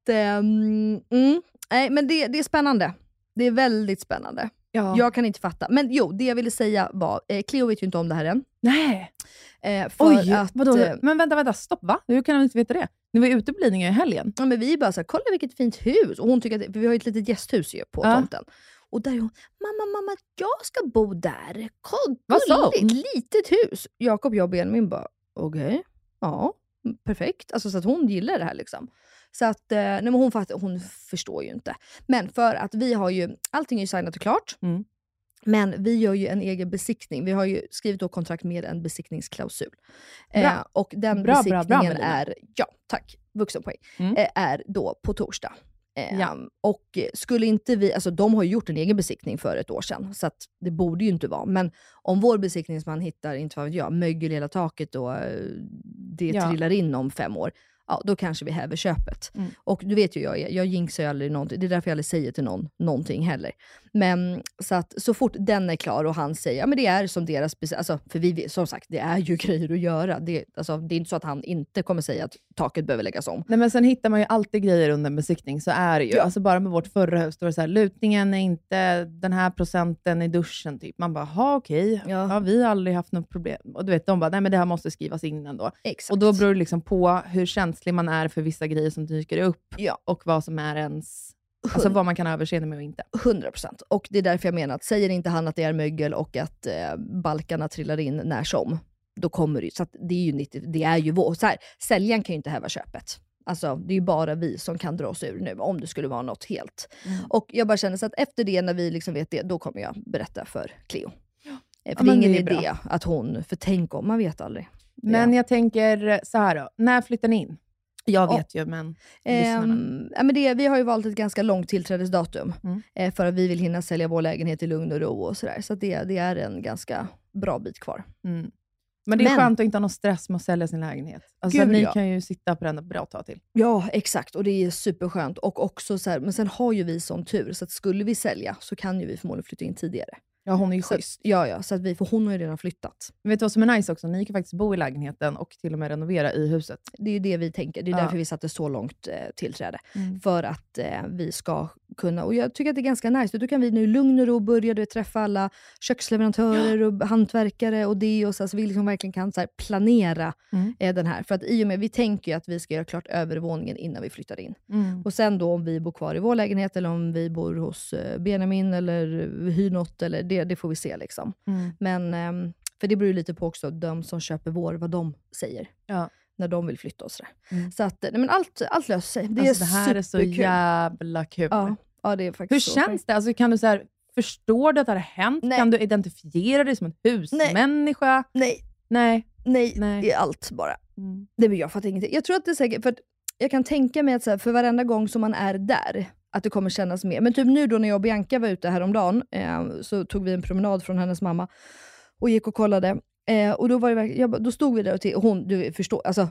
F: nej men det är spännande. Det är väldigt spännande. Ja. Jag kan inte fatta. Men jo, det jag ville säga var, Cleo vet ju inte om det här än.
G: Nej.
F: Oj,
G: vadå? Men vänta, stopp va? Hur kan hon inte veta det? Ni var ute på Lidingö i helgen.
F: Ja, men vi bara så här, kolla vilket fint hus. Och hon tycker att, för vi har ju ett litet gästhus ju på tomten. Och där är hon, mamma, jag ska bo där.
G: Vad sa hon?
F: Litet hus. Jakob, jag och Benjamin bara, okej. Ja, perfekt. Alltså så att hon gillar det här liksom. Så att, nej men hon förstår ju inte. Men för att vi har ju, allting är ju signat och klart. Men vi gör ju en egen besiktning. Vi har ju skrivit då kontrakt med en besiktningsklausul. Och den besiktningen är, ja tack, vuxenpoäng, är då på torsdag. Och skulle inte vi, alltså de har ju gjort en egen besiktning för ett år sedan, så att det borde ju inte vara, men om vår besiktningsman hittar, inte vad vet jag, mögel i hela taket och det trillar in om 5 år, ja då kanske vi häver köpet. Och du vet ju jag jinxar ju aldrig någonting, det är därför jag aldrig säger till någon någonting heller. Men så att så fort den är klar och han säger, ja men det är som deras, alltså för vi, som sagt, det är ju grejer att göra. Det är inte så att han inte kommer säga att taket behöver läggas om.
G: Nej men sen hittar man ju alltid grejer under en besiktning, så är det ju. Alltså bara med vårt förra hus står det så här, lutningen är inte den här procenten i duschen typ. Man bara, okej. Ja, vi har aldrig haft något problem. Och du vet, de bara, nej men det här måste skrivas in ändå. Exakt. Och då beror det liksom på hur känslig man är för vissa grejer som dyker upp. Och vad som är ens, alltså vad man kan överseende med och inte. 100%.
F: Och det är därför jag menar att säger inte han att det är mögel och att balkarna trillar in när som, då kommer det ju, så att det är ju 90, det är ju så här, säljaren kan ju inte häva köpet. Alltså det är ju bara vi som kan dra oss ur nu om det skulle vara något helt. Och jag bara känner så att efter det, när vi liksom vet det, då kommer jag berätta för Cleo. För det är ingen idé att hon, för tänk om, man vet aldrig.
G: Men jag tänker så här då, när flyttar ni in? Jag vet ju, men
F: men vi har ju valt ett ganska långt tillträdesdatum för att vi vill hinna sälja vår lägenhet i lugn och ro och sådär. Så att det är en ganska bra bit kvar.
G: Men det är skönt att inte ha någon stress med att sälja sin lägenhet. Alltså ni kan ju sitta på den ett bra tag till.
F: Ja, exakt. Och det är superskönt. Och också så här, men sen har ju vi sån tur, så att skulle vi sälja så kan ju vi förmodligen flytta in tidigare.
G: Ja, hon är ju
F: så,
G: schysst.
F: Ja, så att för hon har ju redan flyttat.
G: Men vet du vad som är nice också? Ni kan faktiskt bo i lägenheten och till och med renovera i huset.
F: Det är ju det vi tänker. Det är därför vi satte så långt tillträde. För att vi ska kunna, och jag tycker att det är ganska nice. Då kan vi nu i lugn och ro börja träffa alla köksleverantörer och hantverkare och det. Och så vi liksom verkligen kan så här, planera den här. För att i och med, vi tänker ju att vi ska göra klart övervåningen innan vi flyttar in. Och sen då om vi bor kvar i vår lägenhet eller om vi bor hos Benjamin eller hyr något, eller det får vi se liksom. Men för det beror ju lite på också de som köper vad de säger. Ja. När de vill flytta och sådär. Så att, nej, men allt löser sig. Det
G: här är så jävla kul.
F: Ja, det är faktiskt.
G: Hur känns det? Alltså, kan du så här, förstå att det har hänt? Nej. Kan du identifiera dig som en husmänniska? Nej,
F: det är allt bara. Det vill jag fattar ingenting. Jag tror att det är säkert, för att jag kan tänka mig att så här, för varenda gång som man är där, att det kommer kännas mer. Men typ nu då när jag och Bianca var ute häromdagen, så tog vi en promenad från hennes mamma och gick och kollade. Och då var det då stod vi där och hon, du förstår, alltså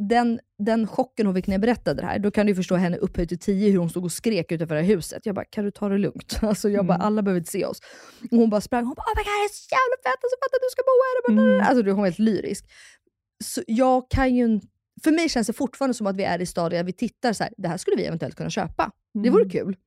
F: den chocken hon fick när jag berättade det här, då kan du förstå henne upphöjt till 10 hur hon stod och skrek utanför det här huset. Jag bara, kan du ta det lugnt? Alltså jag bara, alla behöver inte se oss. Och hon bara sprang, hon bara, oh my God, det är så jävla fett, alltså fattar du ska bo här. Alltså hon var helt lyrisk. Så jag kan ju, för mig känns det fortfarande som att vi är i stadiet, vi tittar så här, det här skulle vi eventuellt kunna köpa. Det vore kul.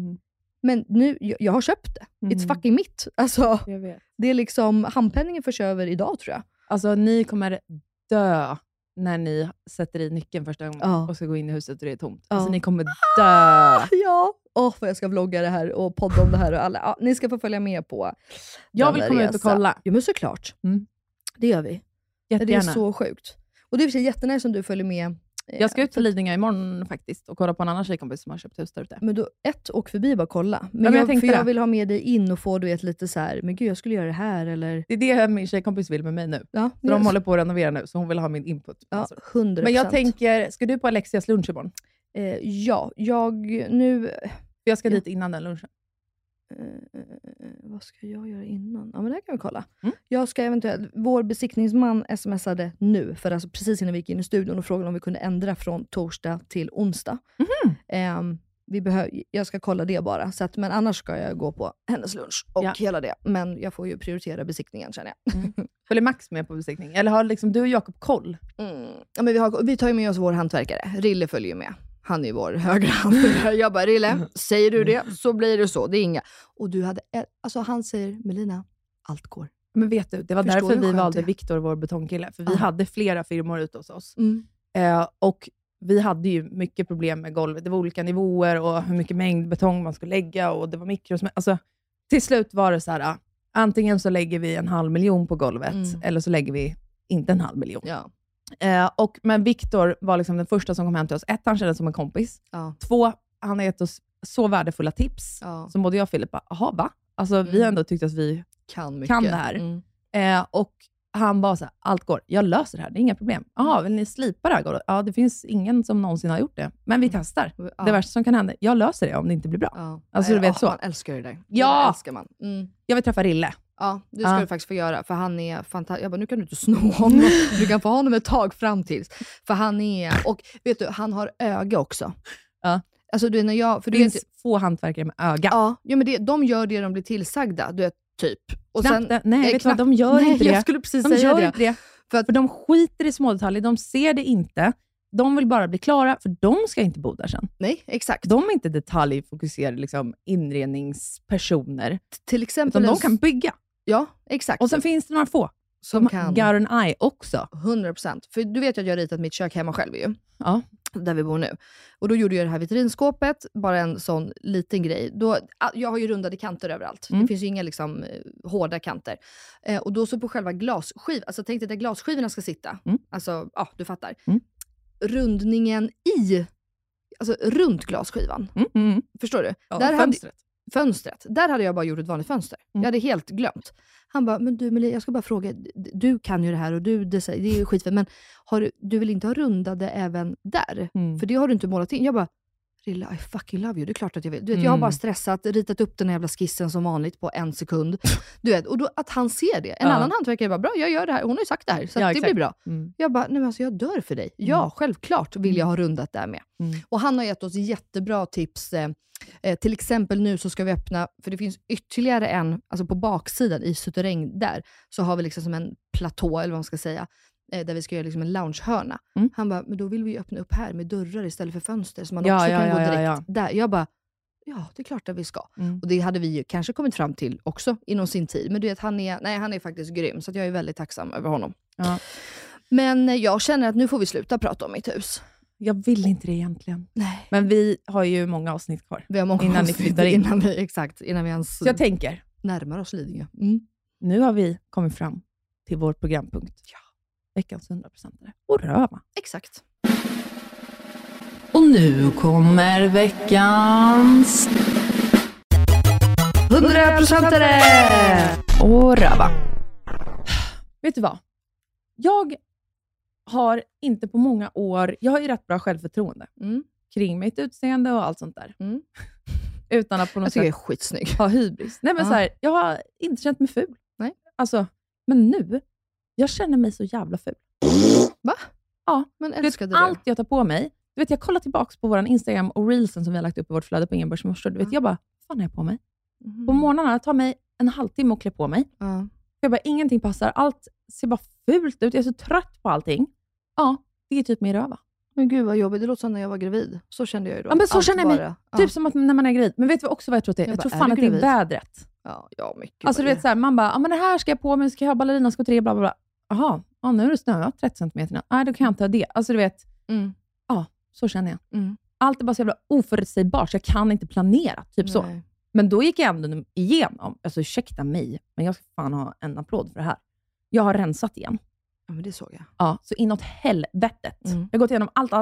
F: Men nu, jag har köpt det. It's fucking mitt. Alltså, det är liksom, handpenningen förs över idag tror jag.
G: Alltså ni kommer dö när ni sätter i nyckeln första gången och ska gå in i huset och det är tomt. Alltså ni kommer dö.
F: Ja. Vad jag ska vlogga det här och podda om det här och alla. Ni ska få följa med på.
G: Jag vill komma ut och kolla.
F: Ja men såklart. Det gör vi.
G: Jättegärna.
F: Det är så sjukt. Och det är jättenära som du följer med.
G: Jag ska ut till Lidingö imorgon faktiskt och kolla på en annan tjejkompis som har köpt hus där ute.
F: Men då, åk förbi och bara kolla. Men jag vill ha med dig in och få lite så här, men gud jag skulle göra det här eller.
G: Det är det min tjejkompis vill med mig nu. Ja, så de håller på att renovera nu så hon vill ha min input.
F: Ja, 100%.
G: Men jag tänker, ska du på Alexias lunch imorgon?
F: Ja,
G: jag ska dit innan den lunchen.
F: Vad ska jag göra innan? Ja men det här kan vi kolla. Jag ska eventuellt, vår besiktningsman smsade nu för alltså precis innan vi gick in i studion och frågade om vi kunde ändra från torsdag till onsdag. Jag ska kolla det bara så att, men annars ska jag gå på hennes lunch och hela det, men jag får ju prioritera besiktningen känner jag.
G: Följer Max med på besiktning? Eller har liksom du och Jakob koll?
F: Ja men vi tar ju med oss vår hantverkare. Rille följer ju med. Han är ju vår högra hand. Jag bara, Rille, säger du det så blir det så. Det är inga. Och du hade, alltså han säger, Melina, allt går.
G: Men vet du, det var därför vi valde Viktor, vår betongkille. För vi hade flera firmor ute hos oss. Och vi hade ju mycket problem med golvet. Det var olika nivåer och hur mycket mängd betong man skulle lägga. Och det var mikros. Alltså, till slut var det så här, antingen så lägger vi 500 000 på golvet. Eller så lägger vi inte 500 000. Ja. Men Viktor var liksom den första som kom hem till oss. 1, han kände som en kompis. 2, han har gett oss så värdefulla tips. Som både jag och Filip bara, jaha va? Alltså vi har ändå tyckt att vi kan det här. Och han bara så här, allt går. Jag löser det här, det är inga problem. Jaha, vill ni slipa det här? Ja, det finns ingen som någonsin har gjort det. Men vi testar. Det värsta som kan hända, jag löser det om det inte blir bra. Alltså du vet så.
F: Man älskar det där.
G: Ja,
F: det älskar man.
G: Jag vill träffa Rille.
F: Ja, det ska du faktiskt få göra. För han är fantastisk. Jag bara, nu kan du inte sno honom. Du kan få honom ett tag fram tills. För han är, och vet du, han har öga också. Ja. Alltså du, när jag, för
G: det finns få hantverkare med öga.
F: Ja men de gör det de blir tillsagda. Du vet, typ. Och
G: knappt sen, nej, vet du vad, de gör inte det.
F: Jag skulle precis säga det.
G: För de skiter i små detaljer. De ser det inte. De vill bara bli klara, för de ska inte bo där sen.
F: Nej, exakt.
G: De är inte detaljfokuserade liksom, inredningspersoner.
F: Till exempel.
G: Utan de kan bygga.
F: Ja, exakt.
G: Och sen finns det några få som kan. Got an eye också.
F: 100%. För du vet att jag har ritat mitt kök hemma själv ju. Ja. Där vi bor nu. Och då gjorde jag det här vitrinskåpet. Bara en sån liten grej. Jag har ju rundade kanter överallt. Det finns ju inga liksom hårda kanter. Och då så på själva glasskivan. Alltså tänk dig där glasskivorna ska sitta. Alltså, ja du fattar. Rundningen i. Alltså runt glasskivan. Förstår du?
G: Ja,
F: där fönstret. Där hade jag bara gjort ett vanligt fönster. Jag hade helt glömt. Han bara, men du Melina, jag ska bara fråga. Du kan ju det här och det är ju skitfint. Men du vill inte ha rundade även där? För det har du inte målat in. Jag bara, Rilla, I fucking love you. Det är klart att jag vill. Du vet, jag har bara stressat, ritat upp den här jävla skissen som vanligt på 1 sekund. Du vet, och då, att han ser det. En annan hantverkare bara, bra, jag gör det här. Hon har ju sagt det här, så det blir bra. Jag bara, nej men alltså jag dör för dig. Ja, självklart vill jag ha rundat där med. Och han har gett oss jättebra tips. Till exempel nu så ska vi öppna, för det finns ytterligare en, alltså på baksidan i Suterräng där, så har vi liksom som en platå, eller vad man ska säga, där vi ska göra liksom en loungehörna. Han bara, men då vill vi öppna upp här med dörrar istället för fönster, så man också kan gå direkt där. Jag bara, ja, det är klart att vi ska. Och det hade vi ju kanske kommit fram till också inom sin tid. Men du vet, han är faktiskt grym, så att jag är väldigt tacksam över honom. Men jag känner att nu får vi sluta prata om mitt hus.
G: Jag vill inte det egentligen.
F: Nej.
G: Men vi har ju många avsnitt kvar.
F: Vi har många
G: innan
F: avsnitt
G: ni flyttar in.
F: Innan vi ens
G: så jag tänker,
F: närmar oss Lidingö.
G: Nu har vi kommit fram till vår programpunkt. Ja. Veckans 100% och röva.
F: Exakt.
G: Och nu kommer veckans 100% och röva. Vet du vad? Jag har inte på många år, jag har ju rätt bra självförtroende kring mitt utseende och allt sånt där. Utan att på något sätt
F: jag är skitsnygg.
G: Ha hybris. Nej men så här, jag har inte känt mig ful.
F: Nej.
G: Alltså, men nu, jag känner mig så jävla ful.
F: Va?
G: Ja,
F: men älskade
G: allt jag tar på mig. Du vet, jag kollar tillbaka på våran Instagram och reelsen som vi har lagt upp i vårt flöde på Ingenbörsmorsor. Du vet, jag bara, vad fan är jag på mig? På morgnarna, jag tar mig en halvtimme att klä på mig. Jag bara, ingenting passar. Allt ser bara fult ut. Jag är så trött på allting. Ja, det är typ min röva.
F: Men gud vad jobbigt. Det låter som när jag var gravid. Så kände jag ju då.
G: Ja, men så känner jag mig. Typ som att när man är gravid. Men vet du också vad jag tror att det är? Jag tror fan att det är vädret.
F: Ja, mycket.
G: Alltså du vet såhär, man bara, ja men det här ska jag på mig. Ska jag ha ballerinaskor 3, bla bla bla. Jaha, ja, nu är det snö, 30 centimeter. Nej, då kan jag inte ha det. Alltså du vet, ja, så känner jag. Allt är bara så jävla oförutsägbart, så jag kan inte planera. Typ så. Men då gick jag ändå igenom, alltså ursäkta mig, men jag ska fan ha en applåd för det här. Jag har rensat igen.
F: Ja, men det såg jag.
G: Ja, så inåt helvetet. Jag har gått igenom allt.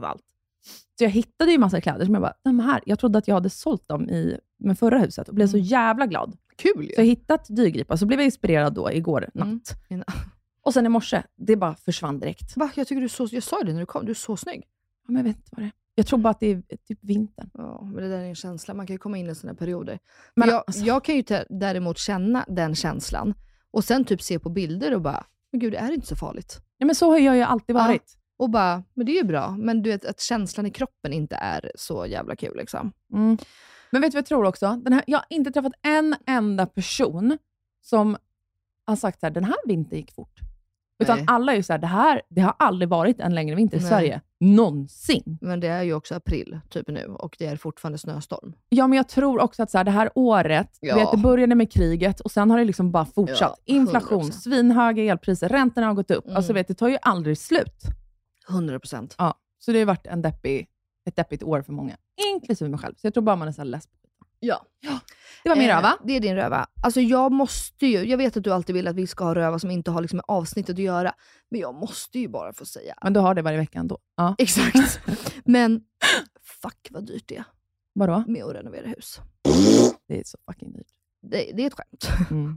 G: Så jag hittade ju massa kläder som jag bara, de här, jag trodde att jag hade sålt dem med förra huset och blev så jävla glad.
F: Kul ju.
G: Så jag hittat dyrgripar, så blev jag inspirerad då igår natt. Och sen i morse, det bara försvann direkt.
F: Va? Jag tycker jag sa det när du kom, du är så snygg.
G: Ja, men jag vet inte vad det är. Jag tror bara att det är typ vintern.
F: Ja, men det där är en känsla. Man kan ju komma in i sådana perioder. Men jag kan ju däremot känna den känslan. Och sen typ se på bilder och bara, men gud, det är inte så farligt.
G: Ja, men så har jag ju alltid varit.
F: Ja, och bara, men det är ju bra. Men du vet att känslan i kroppen inte är så jävla kul liksom.
G: Men vet du vad jag tror också? Jag har inte träffat en enda person som har sagt så här, den här vintern gick fort. Utan alla är ju så här, det har aldrig varit en längre vinter i Sverige. Någonsin.
F: Men det är ju också april typ nu. Och det är fortfarande snöstorm.
G: Ja, men jag tror också att så här, det här året, du vet, det började med kriget. Och sen har det liksom bara fortsatt. Inflation, svinhöga elpriser, räntorna har gått upp. Alltså vet, det tar ju aldrig slut.
F: 100%.
G: Ja, så det har varit ett deppigt år för många. Inklusive mig själv. Så jag tror bara man är så här less på det.
F: Ja.
G: Det var min röva.
F: Det är din röva. Alltså jag vet att du alltid vill att vi ska ha röva som inte har liksom med avsnittet att göra. Men jag måste ju bara få säga.
G: Men du har det varje vecka ändå. Ja.
F: Exakt. Men fuck vad dyrt det är.
G: Vadå?
F: Med att renovera hus.
G: Det är så fucking dyrt.
F: Det är ett skämt.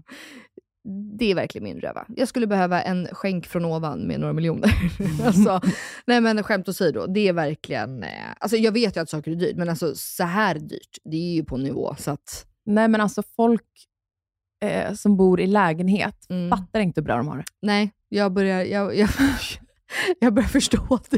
F: Det är verkligen min röva. Jag skulle behöva en skänk från ovan med några miljoner. Alltså, nej men skämt åsido, det är verkligen... Alltså jag vet ju att saker är dyrt, men alltså så här dyrt, det är ju på nivå så att...
G: Nej men alltså folk som bor i lägenhet fattar inte hur bra de har det.
F: Nej, jag börjar förstå det.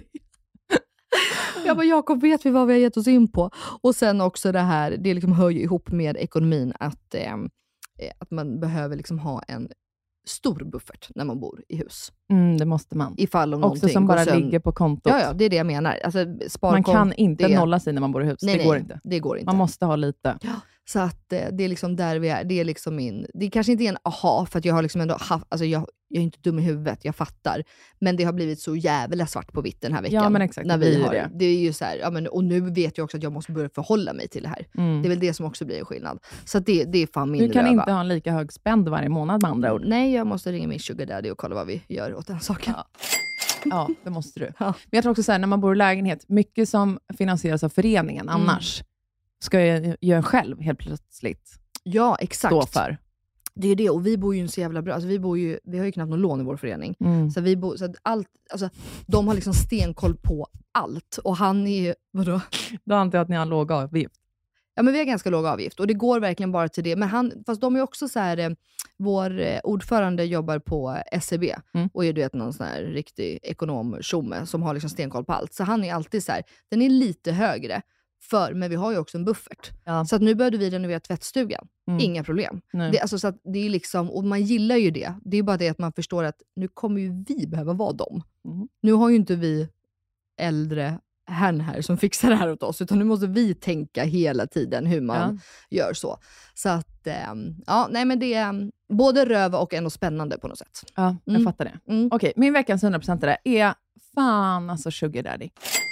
F: Jag bara, Jakob, vet vi vad vi har gett oss in på? Och sen också det här, det liksom hör ju ihop med ekonomin att man behöver liksom ha en stor buffert när man bor i hus.
G: Det måste man.
F: Ifall om
G: också som bara ligger på kontot.
F: Ja, det är det jag menar. Alltså,
G: man kan inte nolla sig när man bor i hus.
F: Nej,
G: går inte.
F: Det går inte.
G: Man måste ha lite.
F: Ja, så att det är liksom där vi är. Det är liksom det kanske inte är en aha, för att jag har liksom ändå haft, alltså jag är inte dum i huvudet, jag fattar. Men det har blivit så jävla svart på vitt den här veckan.
G: Ja, men exakt.
F: När vi har det är ju så här, ja, men, och nu vet jag också att jag måste börja förhålla mig till det här. Det är väl det som också blir en skillnad. Så att det är fan min röva.
G: Du kan inte ha en lika hög spend varje månad med andra ord.
F: Nej, jag måste ringa min sugar daddy och kolla vad vi gör åt den saken.
G: Ja, det måste du.
F: Ja.
G: Men jag tror också så här, när man bor i lägenhet, mycket som finansieras av föreningen annars ska jag ju själv helt plötsligt
F: exakt.
G: stå för.
F: Det är ju det, och vi bor ju så jävla bra. Alltså vi har ju knappt någon lån i vår förening. Så att allt, alltså, de har liksom stenkoll på allt. Och han är ju, vadå?
G: Då antar jag att ni har låg avgift.
F: Ja, men vi har ganska låg avgift. Och det går verkligen bara till det. Men fast de är också så här, vår ordförande jobbar på SEB. Och är, du vet, någon sån här riktig ekonom-tjomme som har liksom stenkoll på allt. Så han är alltid så här, den är lite högre. Men vi har ju också en buffert. Ja. Så att nu började vi renovera tvättstugan. Inga problem. Alltså, så att det är liksom, och man gillar ju det. Det är bara det att man förstår att nu kommer ju vi behöva vara dem. Nu har ju inte vi äldre herrn här som fixar det här åt oss. Utan nu måste vi tänka hela tiden hur man gör så. Så att, nej men det är både röva och ändå spännande på något sätt.
G: Ja, jag fattar det. Okej, min veckans 100% är fan alltså sugar daddy.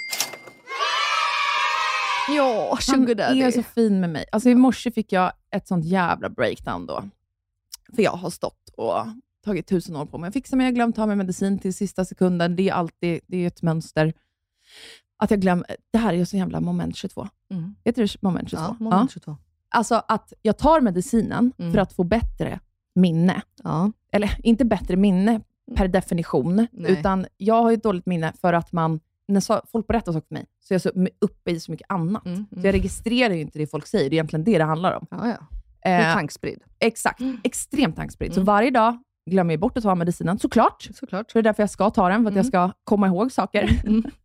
F: Ja, sugar daddy.
G: Han är så fin med mig. Alltså i morse fick jag ett sånt jävla breakdown då. För jag har stått och tagit 1000 år på mig. Jag fixar mig, jag glömt ta med medicin till sista sekunden. Det är ett mönster. Att jag glömmer, det här är ju så jävla moment 22. Heter det moment 22?
F: Ja, moment 22.
G: Alltså att jag tar medicinen för att få bättre minne. Ja. Eller inte bättre minne per definition. Nej. Utan jag har ju ett dåligt minne för att när folk berättar saker för mig så är jag så uppe i så mycket annat. Så jag registrerar ju inte det folk säger. Det är egentligen det handlar om.
F: Ja. Det är tankspridd.
G: Exakt. Extremt tankspridd. Så varje dag glömmer jag bort att ta medicinen. Såklart. Så det är därför jag ska ta den. För att jag ska komma ihåg saker.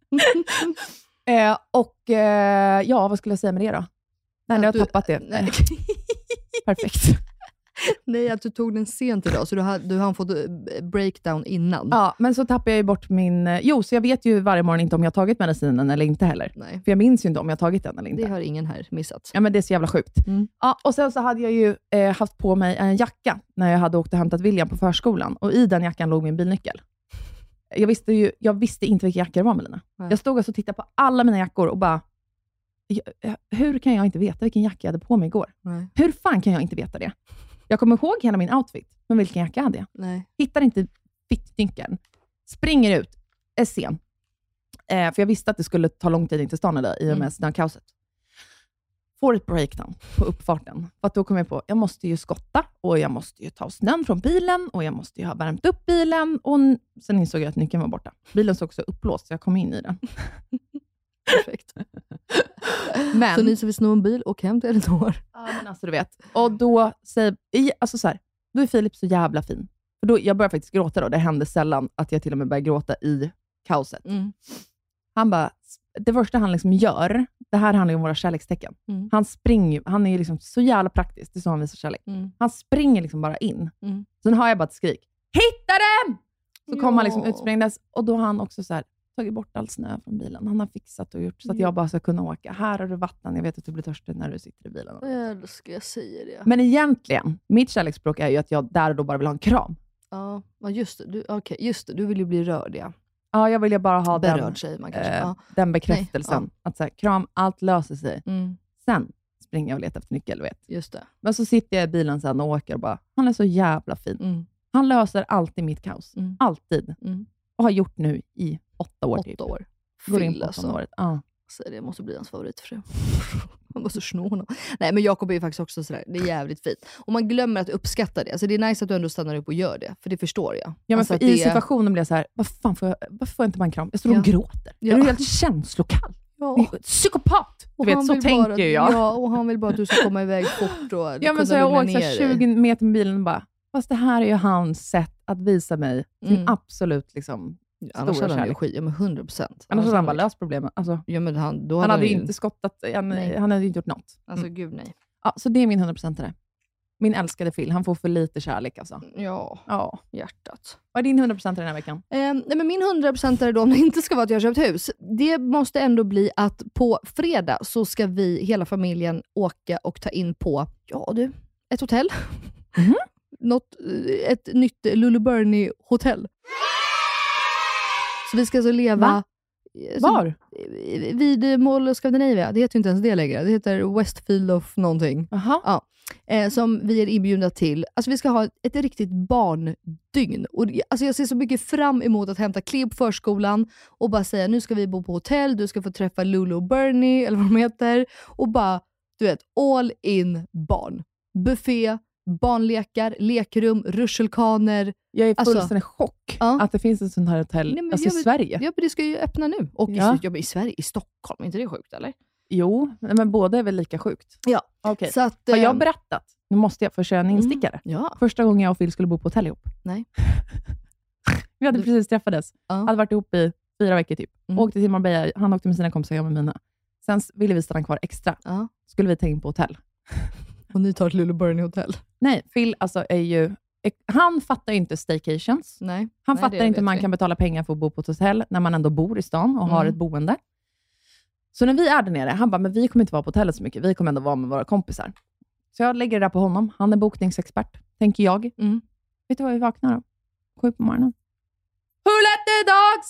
G: Vad skulle jag säga med det då? Nej, jag har tappat det. Nej. Perfekt.
F: Nej, att du tog den sent idag. Så du har fått breakdown innan.
G: Ja, men så tappar jag ju bort så jag vet ju varje morgon inte om jag har tagit medicinen eller inte heller. Nej. För jag minns ju inte om jag har tagit den eller inte.
F: Det har ingen här missat.
G: Ja, men det är så jävla sjukt. Ja, och sen så hade jag ju haft på mig en jacka när jag hade åkt och hämtat William på förskolan. Och i den jackan låg min bilnyckel. Jag visste inte vilka jackor det var, Melina. Nej. Jag stod och tittade på alla mina jackor och bara, hur kan jag inte veta vilken jacka jag hade på mig igår? Nej. Hur fan kan jag inte veta det? Jag kommer ihåg hela min outfit, men vilken jacka hade jag? Nej. Hittar inte fittnyckeln. Springer ut, är sen. För jag visste att det skulle ta lång tid in till stan idag i och med snökaoset. Får ett breakdown på uppfarten. För att då kom jag på, jag måste ju skotta och jag måste ju ta snön från bilen och jag måste ju ha värmt upp bilen och sen insåg jag att nyckeln var borta. Bilen såg också upplåst så jag kom in i den.
F: Perfekt. Men, så ni som vill sno en bil och hem till Elinor.
G: Ja, men alltså du vet. Och då säger då är Filip så jävla fin. För då, jag börjar faktiskt gråta då. Det händer sällan att jag till och med börjar gråta i kaoset. Han bara, det första han liksom gör, det här handlar ju om våra kärlekstecken. Han springer, han är ju liksom så jävla praktisk, det är så han visar kärlek. Han springer liksom bara in. Sen har jag bara ett skrik, hitta den! Så kommer han liksom utspringandes och då har han också så här tagit bort all snö från bilen. Han har fixat och gjort så att jag bara ska kunna åka. Här har du vatten, jag vet att du blir törstig när du sitter i bilen.
F: Då ska jag säga det.
G: Men egentligen, mitt kärleksspråk är ju att jag där och då bara vill ha en kram.
F: Ja, just det. Du vill ju bli rörd, ja.
G: Ja, jag vill ju bara ha den bekräftelsen. Nej, att så här, kram, allt löser sig. Sen springer jag och letar efter nyckel, vet.
F: Just det.
G: Men så sitter jag i bilen sen och åker och bara, han är så jävla fin. Han löser alltid mitt kaos. Alltid. Och har gjort nu i 8 år.
F: 8 år.
G: Går in på 8 året. Ja.
F: Så det måste bli hans favoritfru. Man måste snå honom. Nej, men Jakob är ju faktiskt också sådär. Det är jävligt fint. Och man glömmer att uppskatta det. Alltså det är nice att du ändå stannar upp och gör det. För det förstår jag.
G: Ja, men
F: alltså
G: för i situationen blir jag så här, varför får jag inte bara en kram? Jag står och gråter. Ja. Är du helt känslokall? Ja. Psykopat! Du vet, så tänker jag.
F: Ja, och han vill bara att du ska komma iväg fort och
G: ja, men så jag åker 20 meter med bilen och bara, fast det här är ju hans sätt att visa mig sin absolut liksom
F: annars hade han ju skit, men 100%.
G: Annars hade han bara löst problemet. Alltså,
F: ja, men han
G: hade ju inte skottat, han hade ju inte gjort något.
F: Alltså gud nej.
G: Ja, så det är min 100% där. Min älskade Phil, han får för lite kärlek alltså.
F: Ja. Hjärtat.
G: Vad är din 100% den här veckan?
F: Nej, men min 100% är då, om det inte ska vara att jag har köpt hus. Det måste ändå bli att på fredag så ska vi, hela familjen, åka och ta in på, ett hotell. Ett nytt Luluberny hotell. Så vi ska alltså leva...
G: Var?
F: Vid Mall of Scandinavia. Det heter ju inte ens det längre. Det heter Westfield of någonting. Ja. Som vi är inbjudna till. Alltså vi ska ha ett riktigt barndygn. Och alltså jag ser så mycket fram emot att hämta Cleo på förskolan och bara säga, nu ska vi bo på hotell, du ska få träffa Luluberny eller vad de heter. Och bara, du vet, all in barn. Buffé, barnlekar, lekrum, rutschkaner.
G: Jag är fullständigt chock att det finns en sån här hotell i Sverige.
F: Ja, men det ska ju öppna nu. Och i Sverige, i Stockholm. Är inte det sjukt, eller?
G: Jo, men båda är väl lika sjukt.
F: Ja.
G: Okay.
F: Så att,
G: har jag berättat? Nu måste jag få köra en instickare.
F: Ja.
G: Första gången jag och Phil skulle bo på hotell ihop.
F: Nej.
G: Vi hade precis träffades. Hade varit ihop i 4 veckor typ. Åkte till Marbella. Han åkte med sina kompisar, jag med mina. Sen ville vi stanna kvar extra. Skulle vi ta in på hotell.
F: Och ni tar ett Luluburn i hotell?
G: Nej, Phil alltså är ju... Han fattar ju inte staycations.
F: Nej.
G: Han fattar inte hur man kan betala pengar för att bo på ett hotell när man ändå bor i stan och har ett boende. Så när vi är där nere, han bara, men vi kommer inte vara på hotellet så mycket. Vi kommer ändå vara med våra kompisar. Så jag lägger det där på honom. Han är bokningsexpert, tänker jag. Vet du vad vi vaknar då? 7 på morgonen. Who let the dogs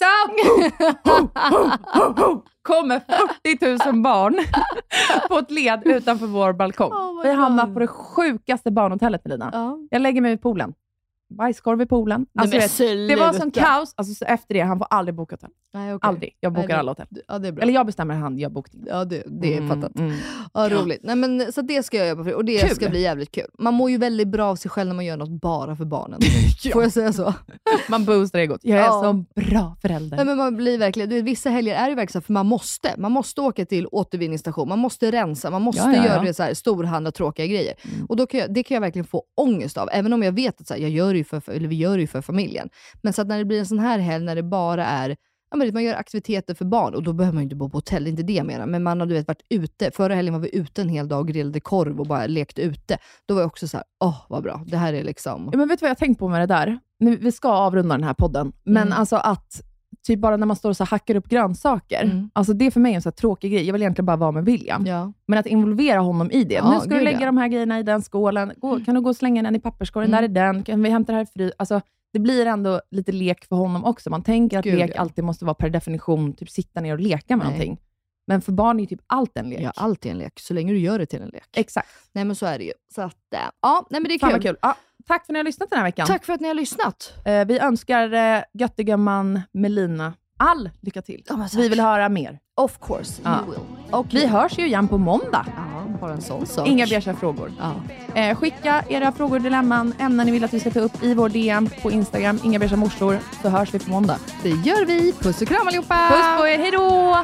G: out? Kommer 40 000 barn på ett led utanför vår balkong. Vi hamnar på det sjukaste barnhotellet, Melina. Jag lägger mig i poolen. Bajskorv i poolen. Alltså, det var sån kaos. Alltså, efter det, han får aldrig boka hotell.
F: Nej, okay.
G: Aldrig. Jag bokar alla hotell.
F: Ja, det är bra.
G: Eller jag bestämmer, han gör bokningen.
F: Ja, det är fattat. Ja, roligt. Nej, men, så det ska jag göra. Och det ska bli jävligt kul. Man mår ju väldigt bra av sig själv när man gör något bara för barnen. Får jag säga så?
G: Man boostar egot. Jag är så bra förälder.
F: Nej, men man blir verkligen... Du vet, vissa helger är det verkligen för man måste åka till återvinningsstation. Man måste rensa. Man måste göra det så här, storhandla tråkiga grejer. Och då det kan jag verkligen få ångest av. Även om jag vet att så här, vi gör det ju för familjen. Men så att när det blir en sån här helg när det bara är man gör aktiviteter för barn och då behöver man ju inte bo på hotell, det är inte det jag menar. Men man har varit ute. Förra helgen var vi ute en hel dag och grillade korv och bara lekte ute. Då var jag också så här, vad bra. Det här är liksom...
G: Ja, men vet du vad jag har tänkt på med det där? Nu, vi ska avrunda den här podden. Men alltså att typ bara när man står och så hackar upp grönsaker. Alltså det är för mig en så här tråkig grej. Jag vill egentligen bara vara med William.
F: Ja.
G: Men att involvera honom i det. Nu ska du lägga de här grejerna i den skålen. Kan du gå och slänga den i papperskorgen? Där är den. Kan vi hämta det här fri? Alltså det blir ändå lite lek för honom också. Man tänker att lek alltid måste vara per definition typ sitta ner och leka med någonting. Men för barn är ju typ allt en lek.
F: Ja, allt är en lek. Så länge du gör det till en lek.
G: Exakt.
F: Nej, men så är det ju. Så att, nej, men det är
G: Fan
F: kul.
G: vad kul. Ja, tack för att ni har lyssnat den här veckan.
F: Tack för att ni har lyssnat.
G: Vi önskar göttegumman Melina all lycka till. Vi vill höra mer.
F: Of course, we will.
G: Och vi hörs ju igen på måndag.
F: Ja, bara en sån sak.
G: Inga beiga frågor. Skicka era frågor, dilemman, ämnen ni vill att vi ska ta upp i vår DM på Instagram. Inga beiga morsor. Så hörs vi på måndag.
F: Det gör vi. Puss och kram allihopa.
G: Puss på er. Hej då!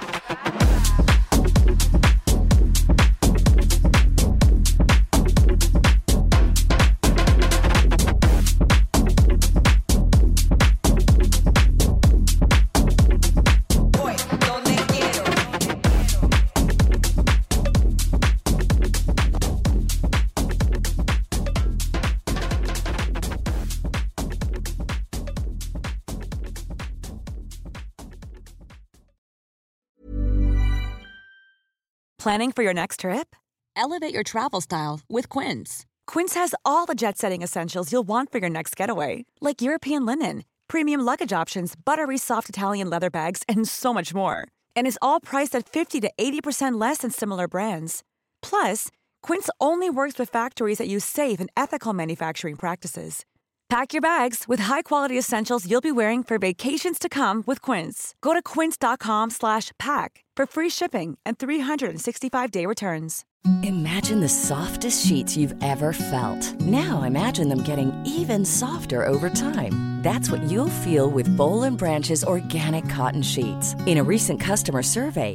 K: Planning for your next trip? Elevate your travel style with Quince. Quince has all the jet-setting essentials you'll want for your next getaway, like European linen, premium luggage options, buttery soft Italian leather bags, and so much more. And is all priced at 50 to 80% less than similar brands. Plus, Quince only works with factories that use safe and ethical manufacturing practices. Pack your bags with high-quality essentials you'll be wearing for vacations to come with Quince. Go to quince.com/pack for free shipping and 365-day returns.
L: Imagine the softest sheets you've ever felt. Now imagine them getting even softer over time. That's what you'll feel with Boll & Branch's organic cotton sheets. In a recent customer survey,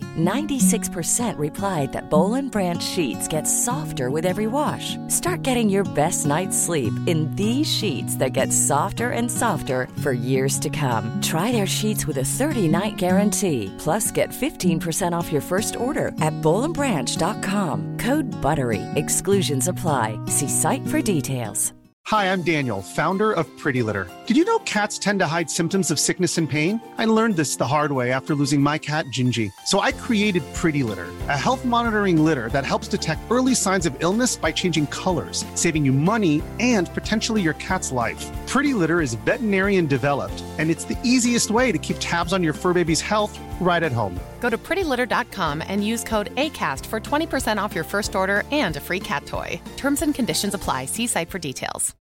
L: 96% replied that Boll & Branch sheets get softer with every wash. Start getting your best night's sleep in these sheets that get softer and softer for years to come. Try their sheets with a 30-night guarantee. Plus, get 15% off your first order at bollandbranch.com. Code BUTTERY. Exclusions apply. See site for details.
M: Hi, I'm Daniel, founder of Pretty Litter. Did you know cats tend to hide symptoms of sickness and pain? I learned this the hard way after losing my cat, Gingy. So I created Pretty Litter, a health monitoring litter that helps detect early signs of illness by changing colors, saving you money and potentially your cat's life. Pretty Litter is veterinarian developed, and it's the easiest way to keep tabs on your fur baby's health right at home.
C: Go to prettylitter.com and use code ACAST for 20% off your first order and a free cat toy. Terms and conditions apply. See site for details.